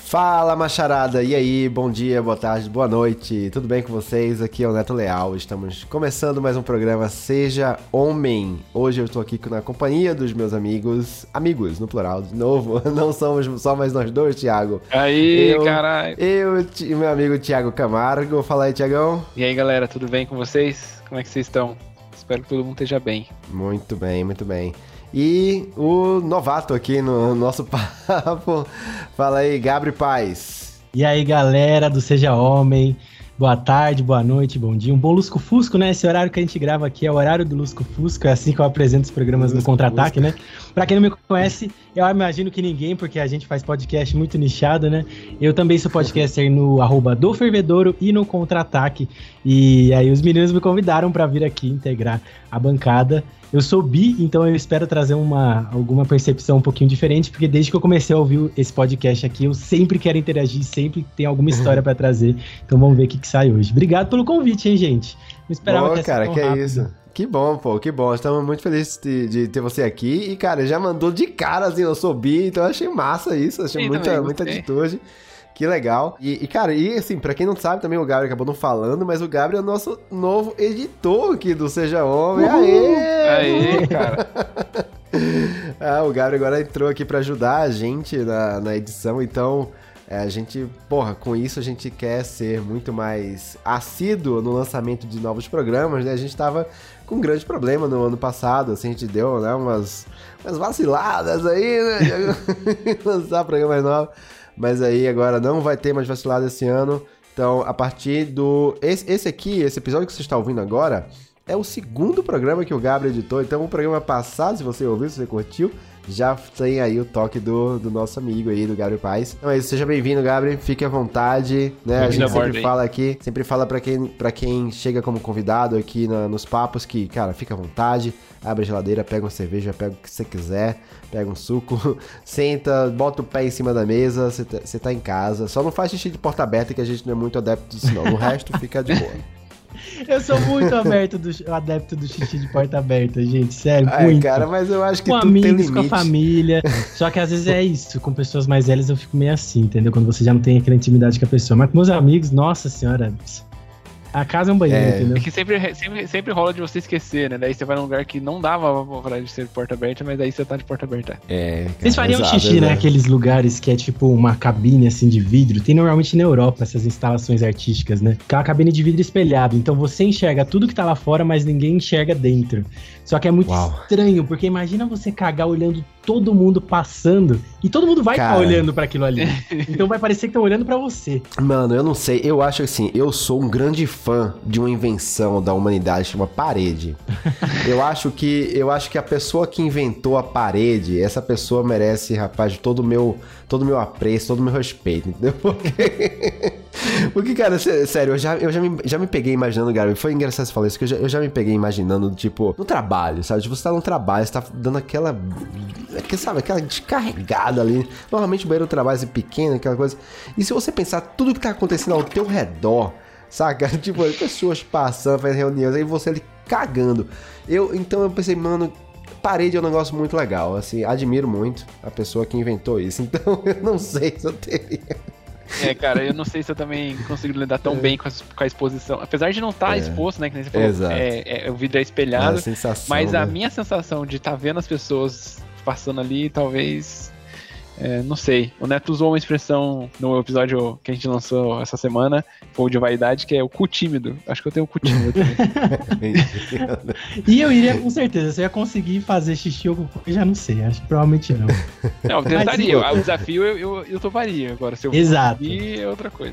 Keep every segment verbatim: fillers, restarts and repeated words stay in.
Fala, macharada! E aí, bom dia, boa tarde, boa noite, tudo bem com vocês? Aqui é o Neto Leal, estamos começando mais um programa Seja Homem. Hoje eu estou aqui na companhia dos meus amigos, amigos no plural, de novo, não somos só mais nós dois, Thiago. Aí, eu, caralho! Eu e meu amigo Thiago Camargo. Fala aí, Thiagão. E aí, galera, tudo bem com vocês? Como é que vocês estão? Espero que todo mundo esteja bem. Muito bem, muito bem. E o novato aqui no nosso papo. Fala aí, Gabri Paz. E aí, galera do Seja Homem. Boa tarde, boa noite, bom dia. Um bom lusco-fusco, né? Esse horário que a gente grava aqui é o horário do lusco-fusco. É assim que eu apresento os programas no Contra-Ataque, né? Pra quem não me conhece, eu imagino que ninguém, porque a gente faz podcast muito nichado, né? Eu também sou podcaster no arroba do Fervedouro e no Contra-Ataque. E aí os meninos me convidaram pra vir aqui integrar a bancada. Eu sou bi, então eu espero trazer uma, alguma percepção um pouquinho diferente, porque desde que eu comecei a ouvir esse podcast aqui, eu sempre quero interagir, sempre tem alguma história pra trazer. Então vamos ver o que, que sai hoje. Obrigado pelo convite, hein, gente? Não esperava Boa, que cara, tão que rápido. é isso. Que bom, pô, que bom. Estamos muito felizes de, de ter você aqui. E, cara, já mandou de cara, assim, eu sou bi, então eu achei massa isso, achei Sim, muita, também, muita gostei. atitude. Que legal. E, e, cara, e assim, pra quem não sabe também, o Gabriel acabou não falando, mas o Gabriel é o nosso novo editor aqui do Seja Homem. Uhul! Aê! Aí, cara. Ah, o Gabriel agora entrou aqui pra ajudar a gente na, na edição, então é, a gente, porra, com isso a gente quer ser muito mais assíduo no lançamento de novos programas, né? A gente tava com um grande problema no ano passado, assim, a gente deu, né, umas, umas vaciladas aí, né? de lançar programas novos. Mas aí agora não vai ter mais vacilada esse ano. Então, a partir do... Esse, esse aqui, esse episódio que você está ouvindo agora, é o segundo programa que o Gabriel editou. Então, o programa passado, se você ouviu, se você curtiu, já tem aí o toque do, do nosso amigo aí, do Gabriel Paz. Então é isso, seja bem-vindo, Gabriel. Fique à vontade, né? A gente sempre fala aqui, sempre fala pra quem, pra quem chega como convidado aqui na, nos papos que, cara, fica à vontade, abre a geladeira, pega uma cerveja, pega o que você quiser, pega um suco, senta, bota o pé em cima da mesa, você tá, você tá em casa. Só não faz xixi de porta aberta, que a gente não é muito adepto disso, não. No resto, fica de boa. Eu sou muito aberto do, adepto do xixi de porta aberta, gente, sério, Ai, muito. cara, mas eu acho que com tudo tem amigos, limite. com a família. Só que às vezes é isso, com pessoas mais velhas eu fico meio assim, entendeu? Quando você já não tem aquela intimidade com a pessoa. Mas com meus amigos, nossa senhora, a casa é um banheiro, É. entendeu? É que sempre, sempre, sempre rola de você esquecer, né? Daí você vai num lugar que não dava pra de ser de porta aberta, mas daí você tá de porta aberta. É, cara, Vocês fariam exato, xixi, né? exato. Aqueles lugares que é tipo uma cabine assim de vidro. Tem normalmente na Europa essas instalações artísticas, né? Que é uma cabine de vidro espelhado. Então você enxerga tudo que tá lá fora, mas ninguém enxerga dentro. Só que é muito Uau. estranho, porque imagina você cagar olhando todo mundo passando e todo mundo vai estar Cara. olhando pra aquilo ali. Então vai parecer que estão olhando pra você. Mano, eu não sei, eu acho assim, eu sou um grande fã de uma invenção da humanidade chamada parede. Eu acho que eu acho que a pessoa que inventou a parede, essa pessoa merece, rapaz, todo o meu, todo o meu apreço, todo o meu respeito, entendeu? Porque, porque cara, sé- sério, eu já, eu já, me, já me peguei imaginando, Gabi, foi engraçado você falar isso, que eu já, eu já me peguei imaginando, tipo, no trabalho, sabe? Tipo, você tá no trabalho, você tá dando aquela, aquela, sabe, aquela descarregada ali. Normalmente o banheiro do trabalho é pequeno, aquela coisa. E se você pensar tudo que tá acontecendo ao teu redor, saca? Tipo, as pessoas passando, fazendo reuniões, aí você ali cagando. Eu, então eu pensei, mano, parede é um negócio muito legal, assim, admiro muito a pessoa que inventou isso. Então eu não sei se eu teria. É, cara, eu não sei se eu também consigo lidar tão bem com a, com a exposição. Apesar de não estar É. exposto, né? Que nem você falou, Exato. é, é, o vidro é espelhado. A sensação, Mas a né? minha sensação de estar vendo as pessoas passando ali, talvez. É, não sei. O Neto usou uma expressão no episódio que a gente lançou essa semana, foi o de vaidade, que é o cu tímido. Acho que eu tenho um cu tímido também. E eu iria com certeza. Se eu ia conseguir fazer xixi ou cocô, eu já não sei. Acho que provavelmente não. Não, eu Mas, tentaria. sim. O desafio eu, eu, eu toparia. Agora, se eu Exato. conseguir, é outra coisa.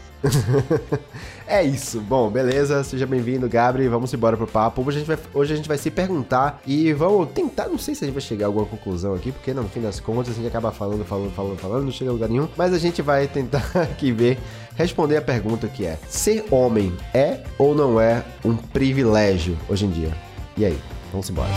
É isso. Bom, beleza. Seja bem-vindo, Gabri. Vamos embora pro papo. Hoje a, gente vai, hoje a gente vai se perguntar e vamos tentar. Não sei se a gente vai chegar a alguma conclusão aqui, porque no fim das contas a gente acaba falando, falando, falando, falando, não chega a lugar nenhum. Mas a gente vai tentar aqui ver, responder a pergunta que é: ser homem é ou não é um privilégio hoje em dia? E aí? Vamos embora.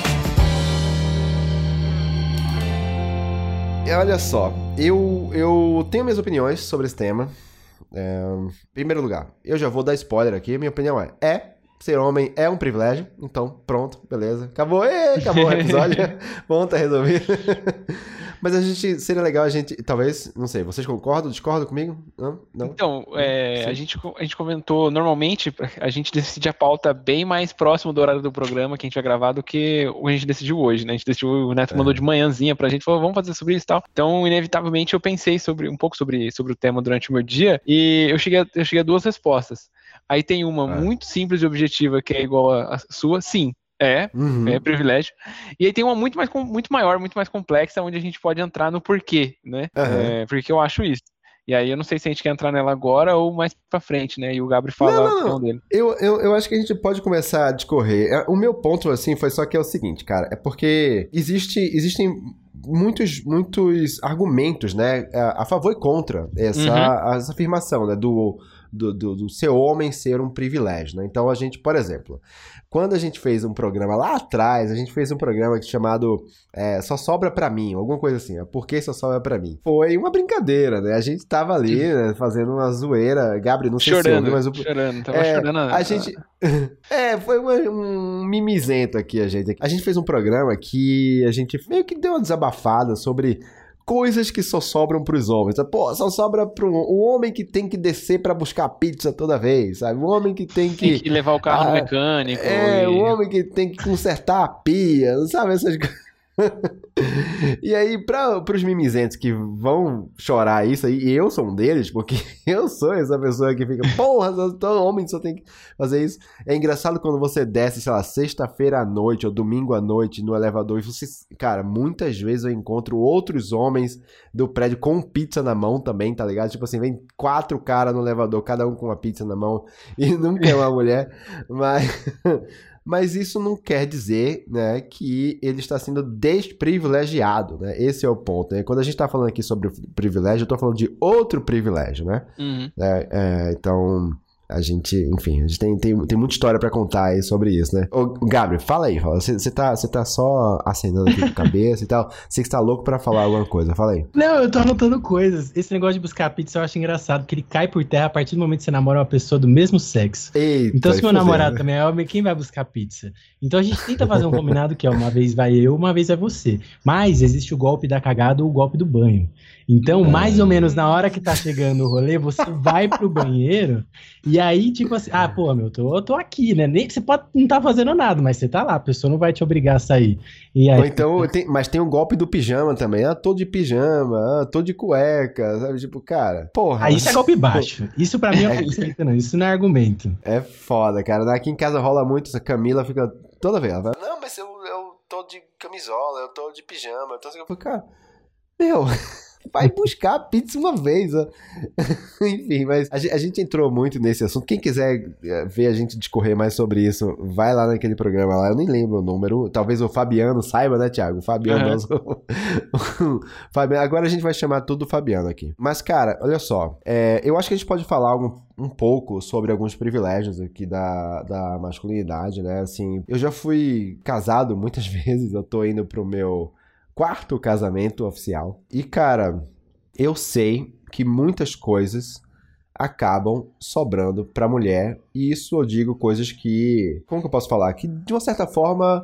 E olha só, eu, eu tenho minhas opiniões sobre esse tema. É, em primeiro lugar, eu já vou dar spoiler aqui. Minha opinião é: é, ser homem é um privilégio. Então, pronto, beleza. Acabou, ê, acabou o episódio. Bom, tá resolvido. Mas a gente, seria legal a gente, talvez, não sei, vocês concordam, discordam comigo? Não? Não? Então, é, a, gente, a gente comentou, normalmente a gente decide a pauta bem mais próximo do horário do programa que a gente vai gravar do que o que a gente decidiu hoje, né? A gente decidiu, o Neto é. mandou de manhãzinha pra gente, falou, vamos fazer sobre isso e tal. Então, inevitavelmente, eu pensei sobre, um pouco sobre, sobre o tema durante o meu dia e eu cheguei a, eu cheguei a duas respostas. Aí tem uma é. muito simples e objetiva, que é igual a, a sua, sim. É, uhum. é privilégio. E aí tem uma muito, mais, muito maior, muito mais complexa, onde a gente pode entrar no porquê, né? Uhum. É, porque eu acho isso. E aí eu não sei se a gente quer entrar nela agora ou mais pra frente, né? E o Gabriel fala não, não, a opinião dele. Eu, eu, eu acho que a gente pode começar a discorrer. O meu ponto, assim, foi só que é o seguinte, cara. É porque existe, existem muitos, muitos argumentos, né? A, a favor e contra essa, uhum. essa afirmação, né? Do... Do, do, do ser homem ser um privilégio, né? Então a gente, por exemplo, quando a gente fez um programa lá atrás, a gente fez um programa chamado é, Só Sobra Pra Mim, alguma coisa assim, ó, Por que Só Sobra Pra Mim? Foi uma brincadeira, né? A gente tava ali, né, fazendo uma zoeira, Gabriel, não sei chorando, se ouviu, mas... O, chorando, tava é, chorando. A gente... é, foi uma, um mimizento aqui, a gente. A gente fez um programa que a gente meio que deu uma desabafada sobre... coisas que só sobram pros homens. Pô, só sobra pro um homem que tem que descer pra buscar pizza toda vez, sabe? Um homem que tem que... Tem que levar o carro ah, no mecânico. É, e... um homem que tem que consertar a pia, sabe? Essas coisas. E aí, para os mimizentos que vão chorar isso aí, e eu sou um deles, porque eu sou essa pessoa que fica, porra, todo homem só tem que fazer isso. É engraçado quando você desce, sei lá, sexta-feira à noite ou domingo à noite no elevador e você, cara, muitas vezes eu encontro outros homens do prédio com pizza na mão também, tá ligado? Tipo assim, vem quatro caras no elevador, cada um com uma pizza na mão e nunca é uma mulher, mas... Mas isso não quer dizer, né, que ele está sendo desprivilegiado, né? Esse é o ponto, né? Quando a gente está falando aqui sobre o privilégio, eu estou falando de outro privilégio, né? Uhum. É, é, então, a gente, enfim, a gente tem, tem, tem muita história pra contar aí sobre isso, né? Ô, Gabriel, fala aí, você tá, tá só acenando aqui com a cabeça e tal, você que tá louco pra falar alguma coisa, fala aí. Não, eu tô anotando coisas. Esse negócio de buscar pizza eu acho engraçado, porque ele cai por terra a partir do momento que você namora uma pessoa do mesmo sexo. Eita, então, se meu namorado também é homem, quem vai buscar pizza? Então, a gente tenta fazer um combinado que é uma vez vai eu, uma vez vai você. Mas existe o golpe da cagada ou o golpe do banho. Então, mais ou menos na hora que tá chegando o rolê, você vai pro banheiro e aí, tipo assim, ah, pô, meu, eu tô, eu tô aqui, né? Nem, você pode não tá fazendo nada, mas você tá lá, a pessoa não vai te obrigar a sair. E aí, ou então, tem, mas tem o golpe do pijama também. Ah, tô de pijama, ah, tô de cueca, sabe? Tipo, cara, porra. Ah, isso é golpe baixo. Isso pra mim é, é não, isso não é argumento. É foda, cara. Aqui em casa rola muito, essa Camila fica toda vez, ela fala, não, mas eu, eu tô de camisola, eu tô de pijama, eu tô assim, eu falo, cara, meu... Vai buscar a pizza uma vez, ó. Enfim, mas a gente, a gente entrou muito nesse assunto. Quem quiser ver a gente discorrer mais sobre isso, vai lá naquele programa lá. Eu nem lembro o número. Talvez o Fabiano saiba, né, Thiago? O Fabiano. Uhum. Nosso... Fabiano. Agora a gente vai chamar tudo Fabiano aqui. Mas, cara, olha só. É, eu acho que a gente pode falar algum, um pouco sobre alguns privilégios aqui da, da masculinidade, né? Assim, eu já fui casado muitas vezes. Eu tô indo pro meu... quarto casamento oficial. E, cara, eu sei que muitas coisas acabam sobrando pra mulher. E isso eu digo coisas que... Como que eu posso falar? Que, de uma certa forma,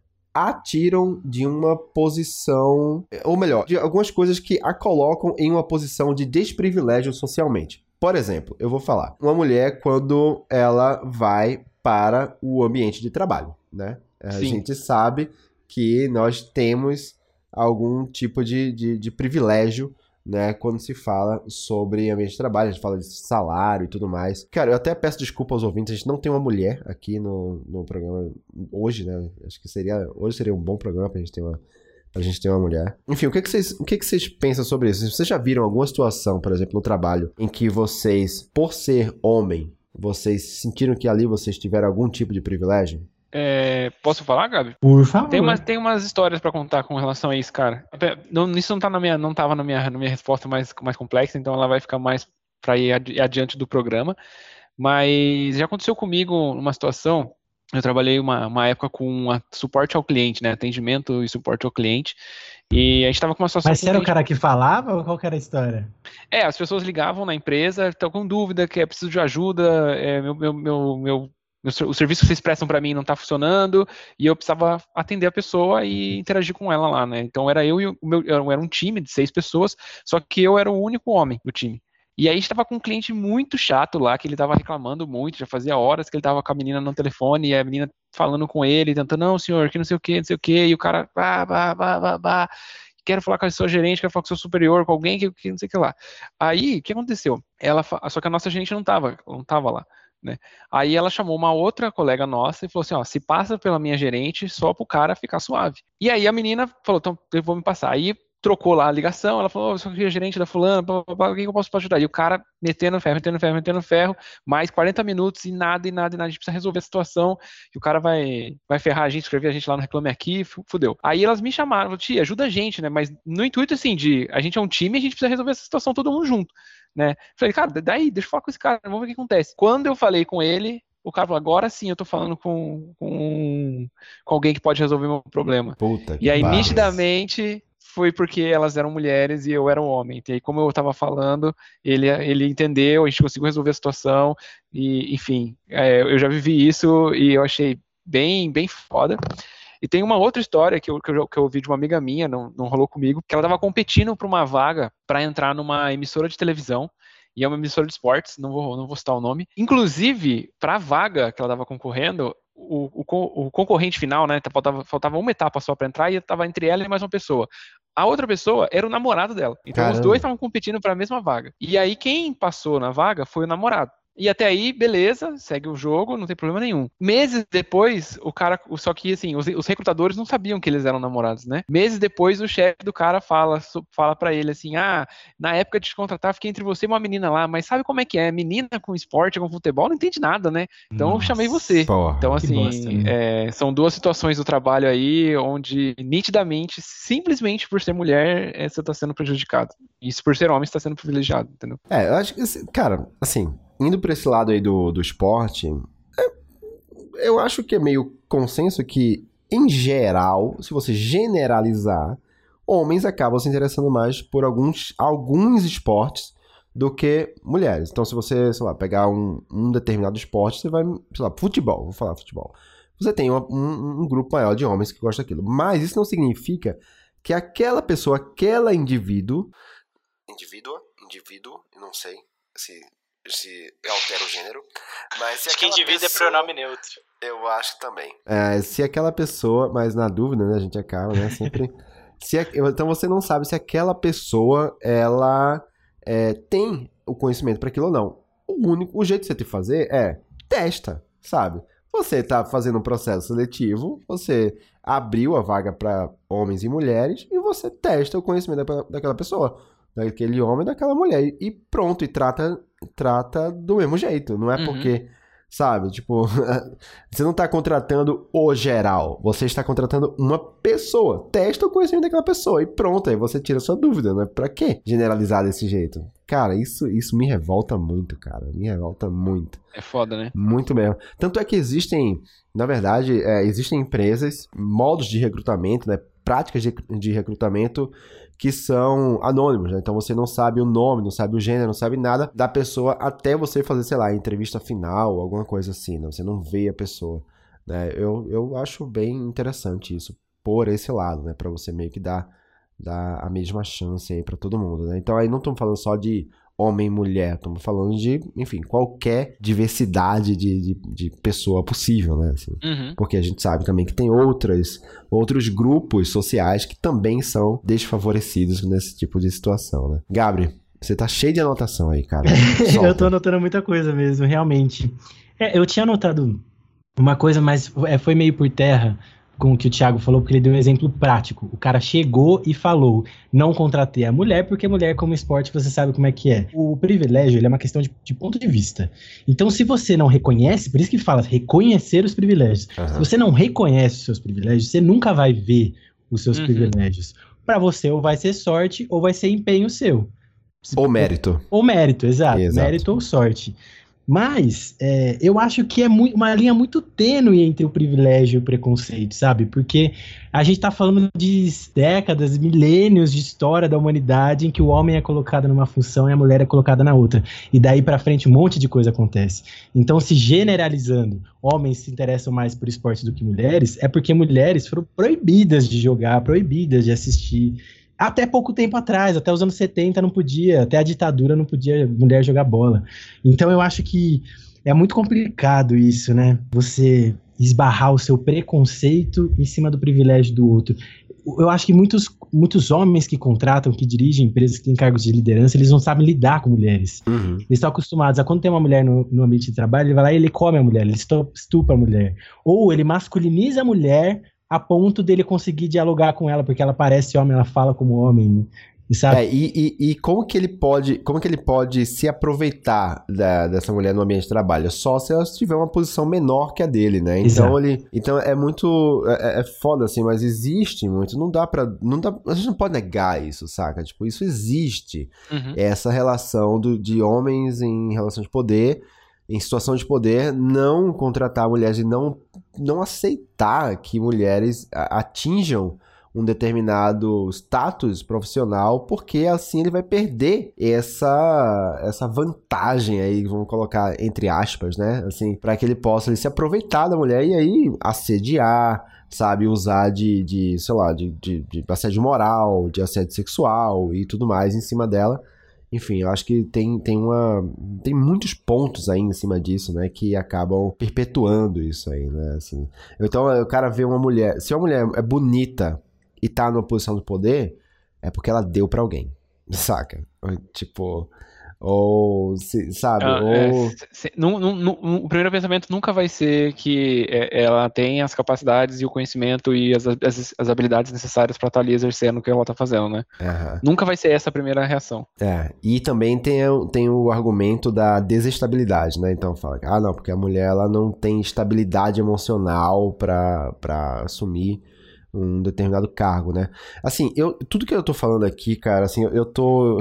a tiram de uma posição... Ou melhor, de algumas coisas que a colocam em uma posição de desprivilégio socialmente. Por exemplo, eu vou falar. Uma mulher, quando ela vai para o ambiente de trabalho, né? A Sim. gente sabe que nós temos... algum tipo de, de, de privilégio, né, quando se fala sobre ambiente de trabalho, a gente fala de salário e tudo mais. Cara, eu até peço desculpa aos ouvintes, a gente não tem uma mulher aqui no, no programa hoje, né, acho que seria, hoje seria um bom programa pra gente ter uma, pra gente ter uma mulher. Enfim, o que que vocês, o que que vocês pensam sobre isso? Vocês já viram alguma situação, por exemplo, no trabalho, em que vocês, por ser homem, vocês sentiram que ali vocês tiveram algum tipo de privilégio? É, posso falar, Gabi? Por favor. Tem umas, tem umas histórias pra contar com relação a isso, cara. Não, isso não tá na minha, não tava na minha, na minha resposta mais, mais complexa, então ela vai ficar mais pra ir adiante do programa. Mas já aconteceu comigo uma situação. Eu trabalhei uma, uma época com uma, suporte ao cliente, né? Atendimento e suporte ao cliente. E a gente tava com uma situação... Mas você era o cara que falava ou qual que era a história? É, as pessoas ligavam na empresa, estão com dúvida, que é preciso de ajuda, é, meu, meu, meu, meu o serviço que vocês prestam para mim não tá funcionando, e eu precisava atender a pessoa e interagir com ela lá, né? Então era eu e o meu, era um time de seis pessoas, só que eu era o único homem do time. E aí estava com um cliente muito chato lá, que ele estava reclamando muito, já fazia horas que ele estava com a menina no telefone, e a menina falando com ele, tentando, não, senhor, que não sei o que, não sei o que, e o cara, bah, bah, bah, bah, bah, quero falar com a sua gerente, quero falar com o seu superior, com alguém que, que não sei o que lá. Aí, o que aconteceu? Ela, só que a nossa gerente não estava, não tava lá, né? Aí ela chamou uma outra colega nossa e falou assim, ó, se passa pela minha gerente só pro cara ficar suave. E aí a menina falou, então eu vou me passar. Aí trocou lá a ligação, ela falou, oh, eu sou a gerente da fulana, blá, blá, blá, o que eu posso ajudar? E o cara metendo ferro, metendo ferro, metendo ferro, mais quarenta minutos e nada, e nada, e nada, a gente precisa resolver a situação, e o cara vai, vai ferrar a gente, escrever a gente lá no Reclame Aqui, fudeu. Aí elas me chamaram, falaram, tia, ajuda a gente, né, mas no intuito, assim, de, a gente é um time, a gente precisa resolver essa situação todo mundo junto, né. Falei, cara, daí, deixa eu falar com esse cara, vamos ver o que acontece. Quando eu falei com ele, o cara falou, agora sim eu tô falando com, com, com alguém que pode resolver meu problema. Puta que e aí, barras. nitidamente, foi porque elas eram mulheres e eu era um homem. E aí, como eu tava falando, ele, ele entendeu, a gente conseguiu resolver a situação, e, enfim, é, eu já vivi isso e eu achei bem, bem foda. E tem uma outra história que eu, que eu, que eu ouvi de uma amiga minha, não, não rolou comigo, que ela tava competindo por uma vaga para entrar numa emissora de televisão, e é uma emissora de esportes, não vou, não vou citar o nome. Inclusive, para a vaga que ela estava concorrendo, o, o, o concorrente final, né, faltava, faltava uma etapa só para entrar, e estava entre ela e mais uma pessoa. A outra pessoa era o namorado dela. Então Caramba. Os dois estavam competindo para a mesma vaga. E aí quem passou na vaga foi o namorado. E até aí, beleza, segue o jogo, não tem problema nenhum. Meses depois, o cara, só que assim, os, os recrutadores não sabiam que eles eram namorados, né? Meses depois, o chefe do cara fala, fala pra ele assim, ah, na época de te contratar, fiquei entre você e uma menina lá, mas sabe como é que é? Menina com esporte, com futebol, não entende nada, né? Então Nossa, eu chamei você. Porra, então assim, bosta, é, são duas situações do trabalho aí, onde nitidamente, simplesmente por ser mulher, é, você tá sendo prejudicado. Isso por ser homem, você tá sendo privilegiado, entendeu? É, eu acho que, cara, assim... Indo pra esse lado aí do, do esporte, é, eu acho que é meio consenso que, em geral, se você generalizar, homens acabam se interessando mais por alguns, alguns esportes do que mulheres. Então, se você, sei lá, pegar um, um determinado esporte, você vai, sei lá, futebol, vou falar futebol. Você tem uma, um, um grupo maior de homens que gostam daquilo. Mas isso não significa que aquela pessoa, aquela indivíduo... Indivíduo? Indivíduo? Eu não sei se... se altera o gênero, mas se acho que indivíduo pessoa, é pronome neutro. Eu acho também. É, se aquela pessoa, mas na dúvida, né, a gente acaba, né, sempre... se, então você não sabe se aquela pessoa, ela é, tem o conhecimento para aquilo ou não. O único, o jeito de você te fazer é, testa, sabe? Você tá fazendo um processo seletivo, você abriu a vaga para homens e mulheres, e você testa o conhecimento da, daquela pessoa, daquele homem e daquela mulher, e pronto, e trata... trata do mesmo jeito, não é uhum. porque, sabe, tipo, você não tá contratando o geral, você está contratando uma pessoa, testa o conhecimento daquela pessoa e pronto, aí você tira a sua dúvida, né? Pra que generalizar desse jeito? Cara, isso, isso me revolta muito, cara, me revolta muito. É foda, né? Muito mesmo. Tanto é que existem, na verdade, é, existem empresas, modos de recrutamento, né, práticas de, de recrutamento que são anônimos, né? Então você não sabe o nome, não sabe o gênero, não sabe nada da pessoa até você fazer, sei lá, a entrevista final, alguma coisa assim, né? Você não vê a pessoa, né? Eu, eu acho bem interessante isso, por esse lado, né? Pra você meio que dar, dar a mesma chance aí pra todo mundo, né? Então aí não estamos falando só de homem e mulher, estamos falando de, enfim, qualquer diversidade de, de, de pessoa possível, né? Assim, uhum. Porque a gente sabe também que tem outras, outros grupos sociais que também são desfavorecidos nesse tipo de situação, né? Gabri, você tá cheio de anotação aí, cara. Eu tô anotando muita coisa mesmo, realmente. É, eu tinha anotado uma coisa, mas é, foi meio por terra com o que o Thiago falou, porque ele deu um exemplo prático. O cara chegou e falou, não contratei a mulher, porque mulher como esporte você sabe como é que é. O privilégio, ele é uma questão de, de ponto de vista. Então, se você não reconhece, por isso que fala, reconhecer os privilégios. Uhum. Se você não reconhece os seus privilégios, você nunca vai ver os seus uhum. privilégios. Para você, ou vai ser sorte, ou vai ser empenho seu. Ou mérito. Ou mérito, exato. exato. Mérito ou sorte. Mas é, eu acho que é muito, uma linha muito tênue entre o privilégio e o preconceito, sabe? Porque a gente tá falando de décadas, milênios de história da humanidade em que o homem é colocado numa função e a mulher é colocada na outra. E daí pra frente um monte de coisa acontece. Então, se generalizando, homens se interessam mais por esporte do que mulheres, é porque mulheres foram proibidas de jogar, proibidas de assistir. Até pouco tempo atrás, até os anos setenta não podia, até a ditadura não podia mulher jogar bola. Então eu acho que é muito complicado isso, né? Você esbarrar o seu preconceito em cima do privilégio do outro. Eu acho que muitos, muitos homens que contratam, que dirigem empresas que têm cargos de liderança, eles não sabem lidar com mulheres. Uhum. Eles estão acostumados a quando tem uma mulher no, no ambiente de trabalho, ele vai lá e ele come a mulher, ele estupra a mulher. Ou ele masculiniza a mulher a ponto dele conseguir dialogar com ela, porque ela parece homem, ela fala como homem, sabe? É, e, e, e como que ele pode, como que ele pode se aproveitar da, dessa mulher no ambiente de trabalho? Só se ela tiver uma posição menor que a dele, né? Então Exato. ele, então é muito, é, é foda assim, mas existe muito, não dá pra, não dá, a gente não pode negar isso, saca? Tipo, isso existe, Uhum. essa relação do, de homens em relação de poder, em situação de poder, não contratar mulheres e não, não aceitar que mulheres atinjam um determinado status profissional, porque assim ele vai perder essa, essa vantagem aí, vamos colocar entre aspas, né? Assim, para que ele possa ele, se aproveitar da mulher e aí assediar, sabe? Usar de, de sei lá, de, de, de assédio moral, de assédio sexual e tudo mais em cima dela. Enfim, eu acho que tem, tem, uma, tem muitos pontos aí em cima disso, né, que acabam perpetuando isso aí, né, assim. Então, o cara vê uma mulher, se uma mulher é bonita e tá numa posição de poder, é porque ela deu pra alguém, saca? Tipo, ou, se, sabe, Ah, ou... é, se- se- nu- nu- nu- o primeiro pensamento nunca vai ser que é, ela tem as capacidades e o conhecimento e as, as, as habilidades necessárias para estar ali exercendo o que ela tá fazendo, né? Aham. Nunca vai ser essa a primeira reação. É, e também tem, o- tem o argumento da desestabilidade, né? Então fala, ah, não, porque a mulher ela não tem estabilidade emocional pra, pra assumir um determinado cargo, né? Assim, eu, tudo que eu tô falando aqui, cara, assim, eu, eu tô...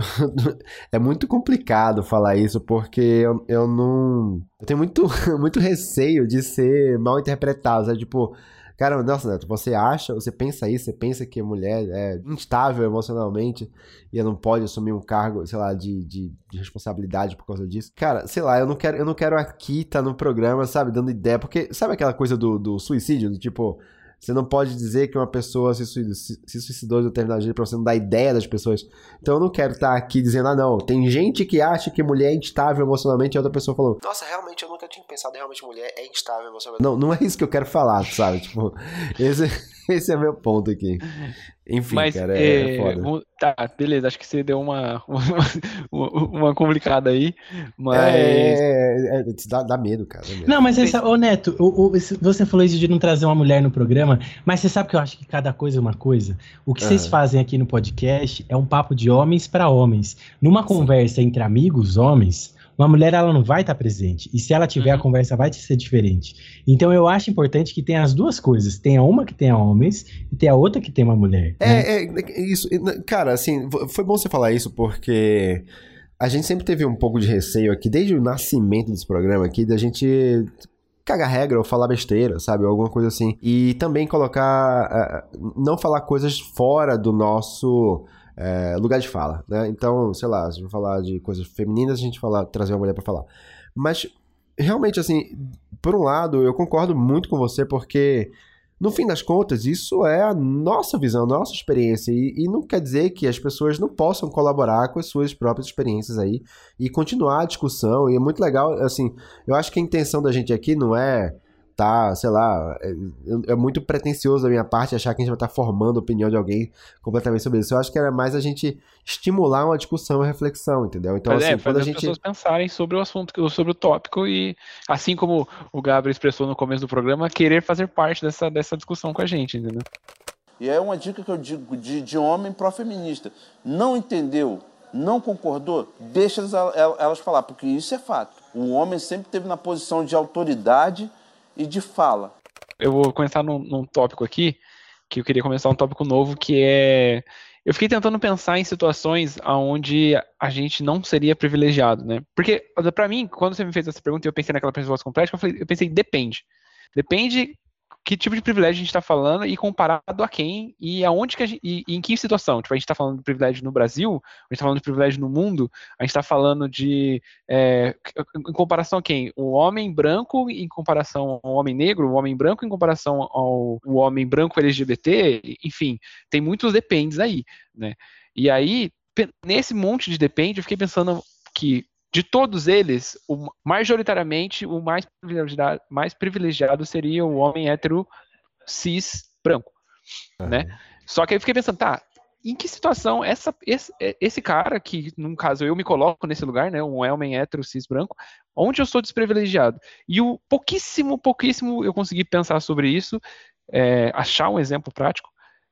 é muito complicado falar isso, porque eu, eu não... Eu tenho muito, muito receio de ser mal interpretado, sabe? Tipo... Cara, nossa, Neto, você acha, você pensa isso, você pensa que a mulher é instável emocionalmente e ela não pode assumir um cargo, sei lá, de, de, de responsabilidade por causa disso? Cara, sei lá, eu não quero, eu não quero aqui estar no programa, sabe, dando ideia, porque sabe aquela coisa do, do suicídio, do tipo... Você não pode dizer que uma pessoa se suicidou, se suicidou de determinado jeito pra você não dar ideia das pessoas. Então eu não quero estar aqui dizendo, ah não, tem gente que acha que mulher é instável emocionalmente e outra pessoa falou, nossa, realmente eu nunca tinha pensado realmente mulher é instável emocionalmente. Não, não é isso que eu quero falar, sabe? Tipo, esse, esse é meu ponto aqui. Enfim, Mas, cara, é, é é, foda. vamos- tá, beleza, acho que você deu uma, uma, uma complicada aí, mas... É, é, é, dá, dá medo, cara. Dá medo. Não, mas essa, ô Neto, o- o- esse- você falou isso de não trazer uma mulher no programa, mas você sabe que eu acho que cada coisa é uma coisa? O que vocês Aham. fazem aqui no podcast é um papo de homens para homens. Numa conversa entre amigos, homens, uma mulher ela não vai estar presente. E se ela tiver, Uhum. a conversa vai ser diferente. Então eu acho importante que tenha as duas coisas. Tenha uma que tenha homens e tenha outra que tenha uma mulher. né? É, é, isso, cara, assim, foi bom você falar isso porque a gente sempre teve um pouco de receio aqui, desde o nascimento desse programa aqui, da gente cagar regra ou falar besteira, sabe, ou alguma coisa assim. E também colocar, uh, não falar coisas fora do nosso uh, lugar de fala, né? Então, sei lá, se a gente vai falar de coisas femininas, a gente fala, trazer uma mulher pra falar. Mas, realmente, assim, por um lado, eu concordo muito com você, porque... No fim das contas, isso é a nossa visão, a nossa experiência, e, e não quer dizer que as pessoas não possam colaborar com as suas próprias experiências aí e continuar a discussão, e é muito legal, assim, eu acho que a intenção da gente aqui não é tá, sei lá, é, é muito pretensioso da minha parte achar que a gente vai estar formando a opinião de alguém completamente sobre isso. Eu acho que era mais a gente estimular uma discussão e reflexão, entendeu? Então, Mas assim, é, quando fazer a as gente... pessoas pensarem sobre o assunto, sobre o tópico e, assim como o Gabriel expressou no começo do programa, querer fazer parte dessa, dessa discussão com a gente, entendeu? E é uma dica que eu digo de, de homem pró-feminista. Não entendeu, não concordou, deixa elas, elas falar, porque isso é fato. O homem sempre esteve na posição de autoridade e de fala. Eu vou começar num, num tópico aqui, que eu queria começar um tópico novo, que é eu fiquei tentando pensar em situações onde a gente não seria privilegiado, né? Porque, pra mim, quando você me fez essa pergunta e eu pensei naquela resposta completa, eu, falei, eu pensei, depende. Depende que tipo de privilégio a gente está falando e comparado a quem e aonde que a gente, e, e em que situação. Tipo, a gente está falando de privilégio no Brasil, a gente está falando de privilégio no mundo, a gente está falando de é, em comparação a quem? O homem branco em comparação ao homem negro, o homem branco em comparação ao o homem branco L G B T, enfim, tem muitos dependes aí, né? E aí, nesse monte de depende, eu fiquei pensando que de todos eles, o, majoritariamente, o mais privilegiado, mais privilegiado seria o homem hétero cis branco, uhum. né? Só que aí eu fiquei pensando, tá, em que situação essa, esse, esse cara, que no caso eu me coloco nesse lugar, né, um homem hétero cis branco, onde eu sou desprivilegiado? E o pouquíssimo, pouquíssimo eu consegui pensar sobre isso, é, achar um exemplo prático,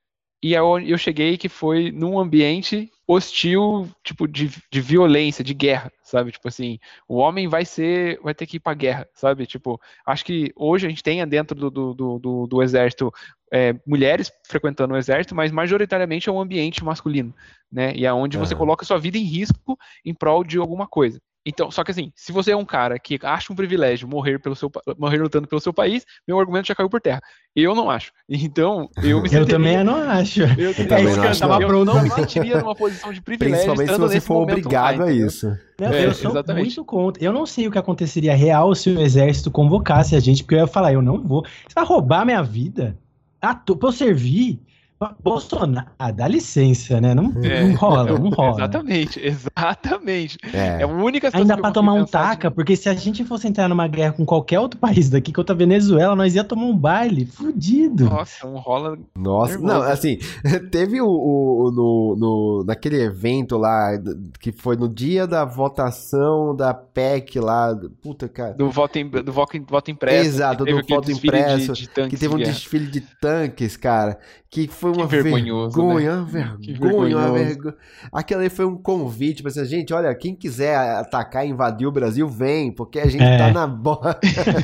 e eu, eu cheguei que foi num ambiente hostil, tipo, de, de violência, de guerra, sabe? Tipo assim, o homem vai ser, vai ter que ir pra guerra, sabe? Tipo, acho que hoje a gente tem dentro do, do, do, do exército é, mulheres frequentando o exército, mas majoritariamente é um ambiente masculino, né? E é onde uhum. você coloca sua vida em risco em prol de alguma coisa. Então, só que assim, se você é um cara que acha um privilégio morrer, pelo seu, morrer lutando pelo seu país, meu argumento já caiu por terra. Eu não acho. Então, eu me sentiria... Eu também não acho. Eu, eu também não acho. Eu, eu não me sentiria numa posição de privilégio. Principalmente se você for obrigado lá, a isso. Não, é, eu sou exatamente. muito contra. Eu não sei o que aconteceria real se o exército convocasse a gente, porque eu ia falar, eu não vou. Você vai roubar minha vida? Ah, tô, pra eu servir? Bolsonaro, ah, dá licença, né? Não, é, não rola, não rola. Exatamente, exatamente. É, é a única situação. Ainda pra tomar um taca, de... porque se a gente fosse entrar numa guerra com qualquer outro país daqui, que outra Venezuela, nós ia tomar um baile, fudido. Nossa, um rola. Nossa, nervoso. Não, assim, teve o, o no, no, naquele evento lá, que foi no dia da votação da P E C lá, puta, cara. Do voto, em, do voto, voto impresso. Exato, do voto impresso, de, de que teve um de desfile de tanques, cara. Que foi uma que vergonhoso, vergonha, né? uma vergonha, uma vergonha. Aquilo ali foi um convite pra dizer, gente, olha, quem quiser atacar e invadir o Brasil, vem, porque a gente é. tá na bola.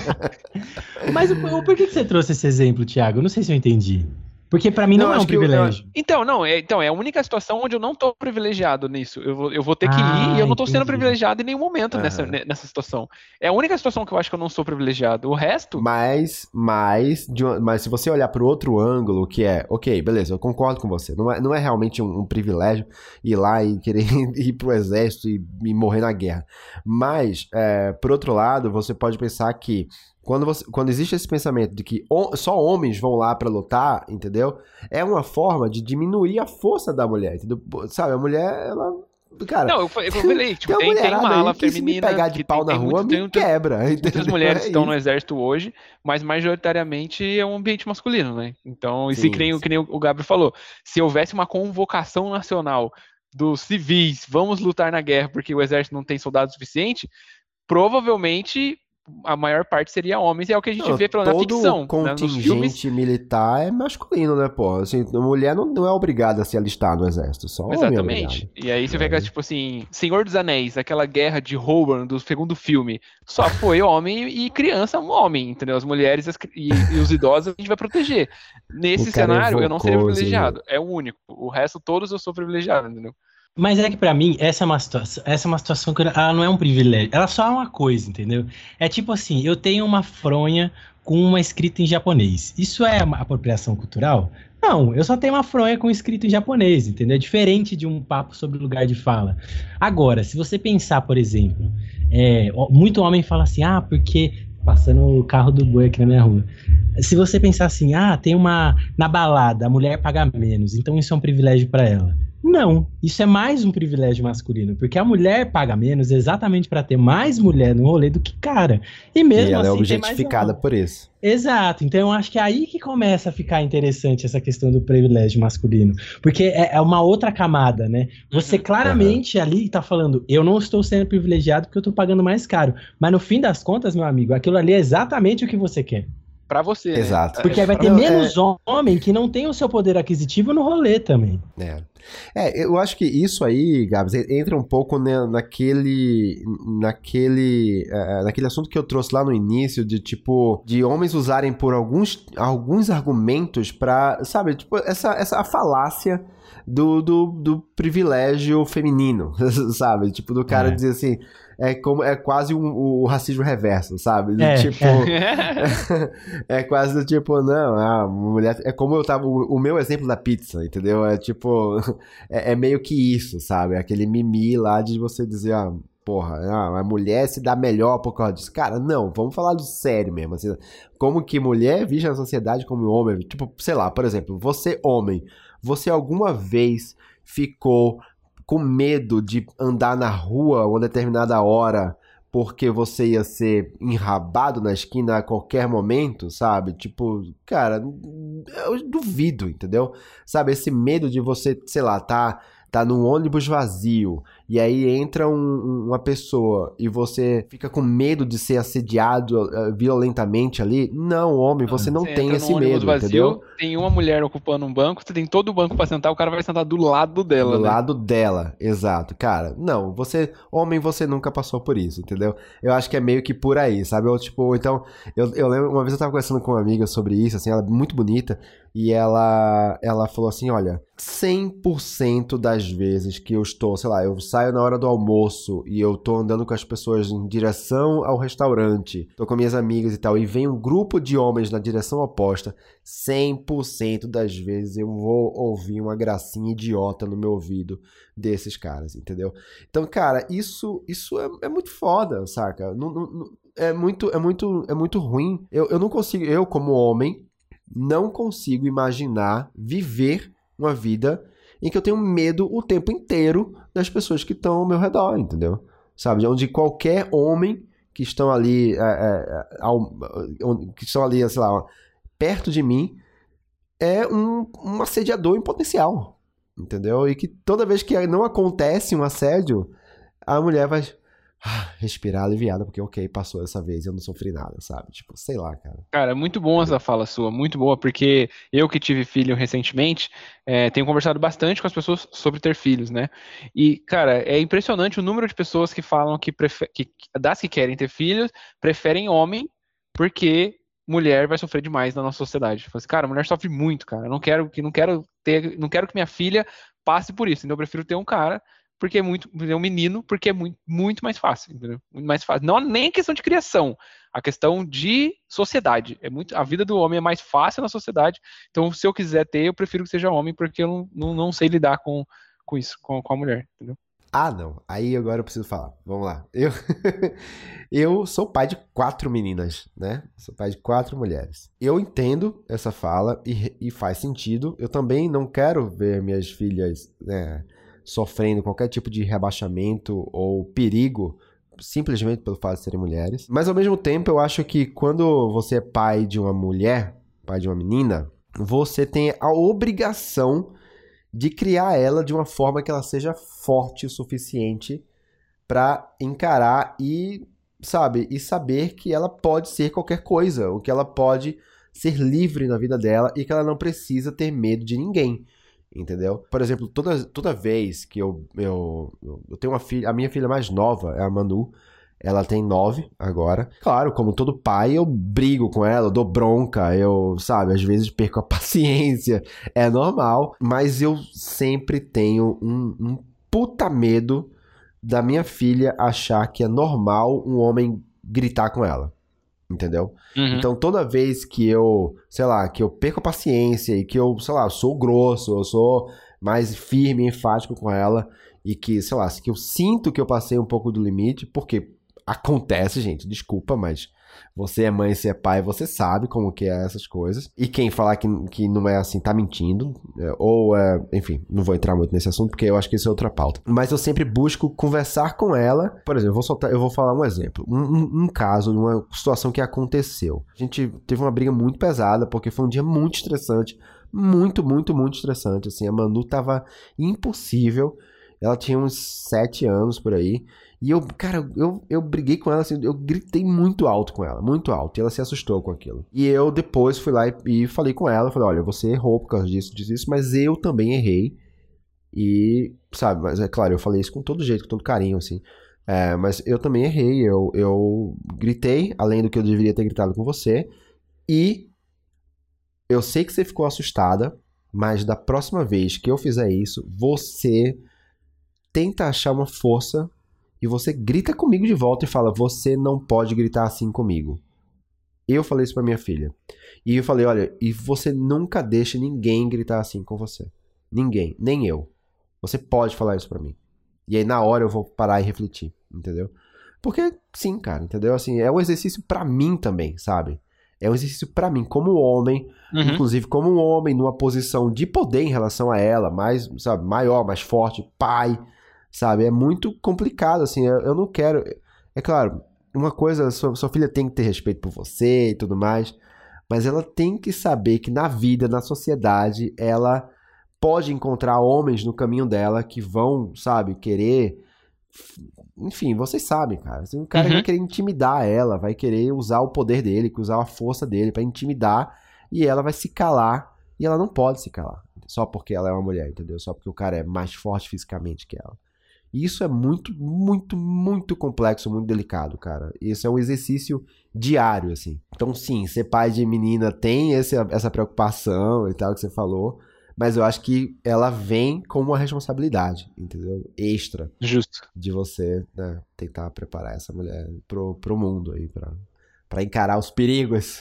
Mas o, o, por que, que você trouxe esse exemplo, Thiago? Eu não sei se eu entendi. Porque pra mim não, não é um privilégio. Eu, então, não, é, então, é a única situação onde eu não tô privilegiado nisso. Eu vou, eu vou ter que ah, ir e eu não tô entendi. sendo privilegiado em nenhum momento uhum. nessa, nessa situação. É a única situação que eu acho que eu não sou privilegiado. O resto... Mas, mas, de uma, mas se você olhar pro outro ângulo, que é, ok, beleza, eu concordo com você. Não é, não é realmente um, um privilégio ir lá e querer ir pro exército e, e morrer na guerra. Mas, é, por outro lado, você pode pensar que Quando, você, quando existe esse pensamento de que o, só homens vão lá pra lutar, entendeu? É uma forma de diminuir a força da mulher, entendeu? Sabe, a mulher, ela... Cara, não, eu, eu falei, tipo, tem, tem uma ala feminina... Se me pegar de pau tem, na tem rua, muito, me tem, quebra. Tem, muitas mulheres é estão no exército hoje, mas majoritariamente é um ambiente masculino, né? Então, e se que nem, que nem o Gabriel falou, se houvesse uma convocação nacional dos civis, vamos lutar na guerra porque o exército não tem soldado suficiente, provavelmente... a maior parte seria homens, e é o que a gente não, vê pela na ficção. Todo contingente né, militar é masculino, né, pô? Assim, a mulher não, não é obrigada a se alistar no exército, só homem Exatamente. É e aí você é. vê, tipo assim, Senhor dos Anéis, aquela guerra de Rohan do segundo filme, só foi homem e criança um homem, entendeu? As mulheres as, e, e os idosos a gente vai proteger. Nesse cenário, eu não seria privilegiado. Assim. É o único. O resto, todos eu sou privilegiado, entendeu? Mas é que pra mim, essa é uma situação, essa é uma situação que ela não é um privilégio, ela só é uma coisa, entendeu? É tipo assim, eu tenho uma fronha com uma escrita em japonês. Isso é uma apropriação cultural? Não, eu só tenho uma fronha com escrito em japonês, entendeu? É diferente de um papo sobre lugar de fala. Agora, se você pensar, por exemplo, é, muito homem fala assim, ah, porque... passando o carro do boi aqui na minha rua. Se você pensar assim, ah, tem uma... na balada, a mulher paga menos, então isso é um privilégio pra ela. Não, isso é mais um privilégio masculino, porque a mulher paga menos exatamente para ter mais mulher no rolê do que cara. E mesmo e ela assim, é objetificada por isso. Exato, então eu acho que é aí que começa a ficar interessante essa questão do privilégio masculino, porque é, é uma outra camada, né? Você claramente uhum. ali tá falando, eu não estou sendo privilegiado porque eu tô pagando mais caro, mas no fim das contas, meu amigo, aquilo ali é exatamente o que você quer. Pra você. Exato. Porque é, vai ter menos é... homem que não tem o seu poder aquisitivo no rolê também. É. É, eu acho que isso aí, Gabs, entra um pouco né, naquele, naquele, uh, naquele assunto que eu trouxe lá no início, de tipo, de homens usarem por alguns, alguns argumentos pra, sabe, tipo, essa, essa a falácia do, do, do privilégio feminino, sabe? Tipo, do cara É. dizer assim, é, como, é quase um, o racismo reverso, sabe? Do É, tipo, é. é quase do tipo, não, a mulher, é como eu tava, o, o meu exemplo da pizza, entendeu? É tipo, é, é meio que isso, sabe? Aquele mimi lá de você dizer, ah, porra, ah, a mulher se dá melhor por causa disso. Cara, não, vamos falar do sério mesmo, assim, como que mulher é vista na sociedade como homem, tipo, sei lá, por exemplo, você homem, você alguma vez ficou com medo de andar na rua uma determinada hora porque você ia ser enrabado na esquina a qualquer momento, sabe? Tipo, cara, eu duvido, entendeu? Sabe, esse medo de você, sei lá, tá, tá num ônibus vazio e aí entra um, uma pessoa e você fica com medo de ser assediado uh, violentamente ali. Não, homem, você não Você tem entra esse num ônibus medo, vazio, entendeu? tem uma mulher ocupando um banco, você tem todo o banco pra sentar, o cara vai sentar do lado dela, Do né? lado dela, exato. Cara, não, você, homem, você nunca passou por isso, entendeu? Eu acho que é meio que por aí, sabe? Eu, tipo, então, eu, eu lembro, uma vez eu tava conversando com uma amiga sobre isso, assim, ela é muito bonita, e ela, ela falou assim, olha, cem por cento das vezes que eu estou, sei lá, eu saio na hora do almoço e eu tô andando com as pessoas em direção ao restaurante, tô com minhas amigas e tal, e vem um grupo de homens na direção oposta, cem por cento das vezes eu vou ouvir uma gracinha idiota no meu ouvido desses caras, entendeu? Então, cara, isso, isso é, é muito foda, saca? Não, não, não, é, muito, é, muito, é muito ruim. Eu, eu não consigo, eu como homem, não consigo imaginar viver uma vida em que eu tenho medo o tempo inteiro das pessoas que estão ao meu redor, entendeu? Sabe? Onde qualquer homem que estão ali, é, é, ao, que estão ali, sei lá, perto de mim, é um, um assediador em potencial, entendeu? E que toda vez que não acontece um assédio, a mulher vai ah, respirar aliviada, porque ok, passou dessa vez, eu não sofri nada, sabe? Tipo, sei lá, cara. Cara, é muito bom essa fala sua, muito boa, porque eu que tive filho recentemente, é, tenho conversado bastante com as pessoas sobre ter filhos, né? E, cara, é impressionante o número de pessoas que falam que, prefer... que das que querem ter filhos, preferem homem, porque mulher vai sofrer demais na nossa sociedade. Fala assim, cara, a mulher sofre muito, cara. Eu não quero que não quero ter, não quero que minha filha passe por isso. Então eu prefiro ter um cara, porque é muito, ter um menino, porque é muito, muito mais fácil, entendeu? Muito mais fácil. Não nem questão de criação, a questão de sociedade. É muito, a vida do homem é mais fácil na sociedade. Então, se eu quiser ter, eu prefiro que seja homem, porque eu não, não, não sei lidar com, com isso, com, com a mulher, entendeu? Ah, não. Aí agora eu preciso falar. Vamos lá. Eu, eu sou pai de quatro meninas, né? Sou pai de quatro mulheres. Eu entendo essa fala e, e faz sentido. Eu também não quero ver minhas filhas, né, sofrendo qualquer tipo de rebaixamento ou perigo simplesmente pelo fato de serem mulheres. Mas ao mesmo tempo eu acho que quando você é pai de uma mulher, pai de uma menina, você tem a obrigação de criar ela de uma forma que ela seja forte o suficiente para encarar e, sabe, e saber que ela pode ser qualquer coisa, ou que ela pode ser livre na vida dela e que ela não precisa ter medo de ninguém, entendeu? Por exemplo, toda, toda vez que eu, eu, eu tenho uma filha, a minha filha mais nova é a Manu, ela tem nove agora. Claro, como todo pai, eu brigo com ela, eu dou bronca, eu, sabe, às vezes perco a paciência, é normal, mas eu sempre tenho um, um puta medo da minha filha achar que é normal um homem gritar com ela, entendeu? Uhum. Então toda vez que eu, sei lá, que eu perco a paciência e que eu, sei lá, sou grosso, eu sou mais firme e enfático com ela e que, sei lá, que eu sinto que eu passei um pouco do limite, porque acontece, gente, desculpa, mas você é mãe, você é pai, você sabe como que é essas coisas. E quem falar que, que não é assim, tá mentindo. É, ou, é, enfim, não vou entrar muito nesse assunto, porque eu acho que isso é outra pauta. Mas eu sempre busco conversar com ela. Por exemplo, eu vou, soltar, eu vou falar um exemplo. Um, um, um caso, uma situação que aconteceu. A gente teve uma briga muito pesada, porque foi um dia muito estressante. Muito, muito, muito estressante. Assim, a Manu tava impossível. Ela tinha uns sete anos por aí. E eu, cara, eu, eu briguei com ela, assim, eu gritei muito alto com ela, muito alto, e ela se assustou com aquilo. E eu depois fui lá e, e falei com ela, falei, olha, você errou por causa disso, disso, isso, mas eu também errei, E, sabe, mas é claro, eu falei isso com todo jeito, com todo carinho, assim. É, mas eu também errei, eu, eu gritei, além do que eu deveria ter gritado com você. E eu sei que você ficou assustada, mas da próxima vez que eu fizer isso, você tenta achar uma força e você grita comigo de volta e fala, você não pode gritar assim comigo. Eu falei isso pra minha filha. E eu falei, olha, e você nunca deixa ninguém gritar assim com você. Ninguém, nem eu. Você pode falar isso pra mim. E aí na hora eu vou parar e refletir, entendeu? Porque, sim, cara, entendeu? Assim, é um exercício pra mim também, sabe? É um exercício pra mim, como homem, uhum. inclusive como um homem numa posição de poder em relação a ela, mais, sabe, maior, mais forte, pai, sabe? É muito complicado, assim, eu, eu não quero... É claro, uma coisa, sua, sua filha tem que ter respeito por você e tudo mais, mas ela tem que saber que na vida, na sociedade, ela pode encontrar homens no caminho dela que vão, sabe, querer... Enfim, vocês sabem, cara. Assim, um cara uhum. vai querer intimidar ela, vai querer usar o poder dele, usar a força dele pra intimidar, e ela vai se calar, e ela não pode se calar, só porque ela é uma mulher, entendeu? Só porque o cara é mais forte fisicamente que ela. E isso é muito, muito, muito complexo, muito delicado, cara. Isso é um exercício diário, assim. Então, sim, ser pai de menina tem esse, essa preocupação e tal que você falou, mas eu acho que ela vem com uma responsabilidade, entendeu? Extra. Justo. De você, né, tentar preparar essa mulher pro, pro mundo aí, pra, pra encarar os perigos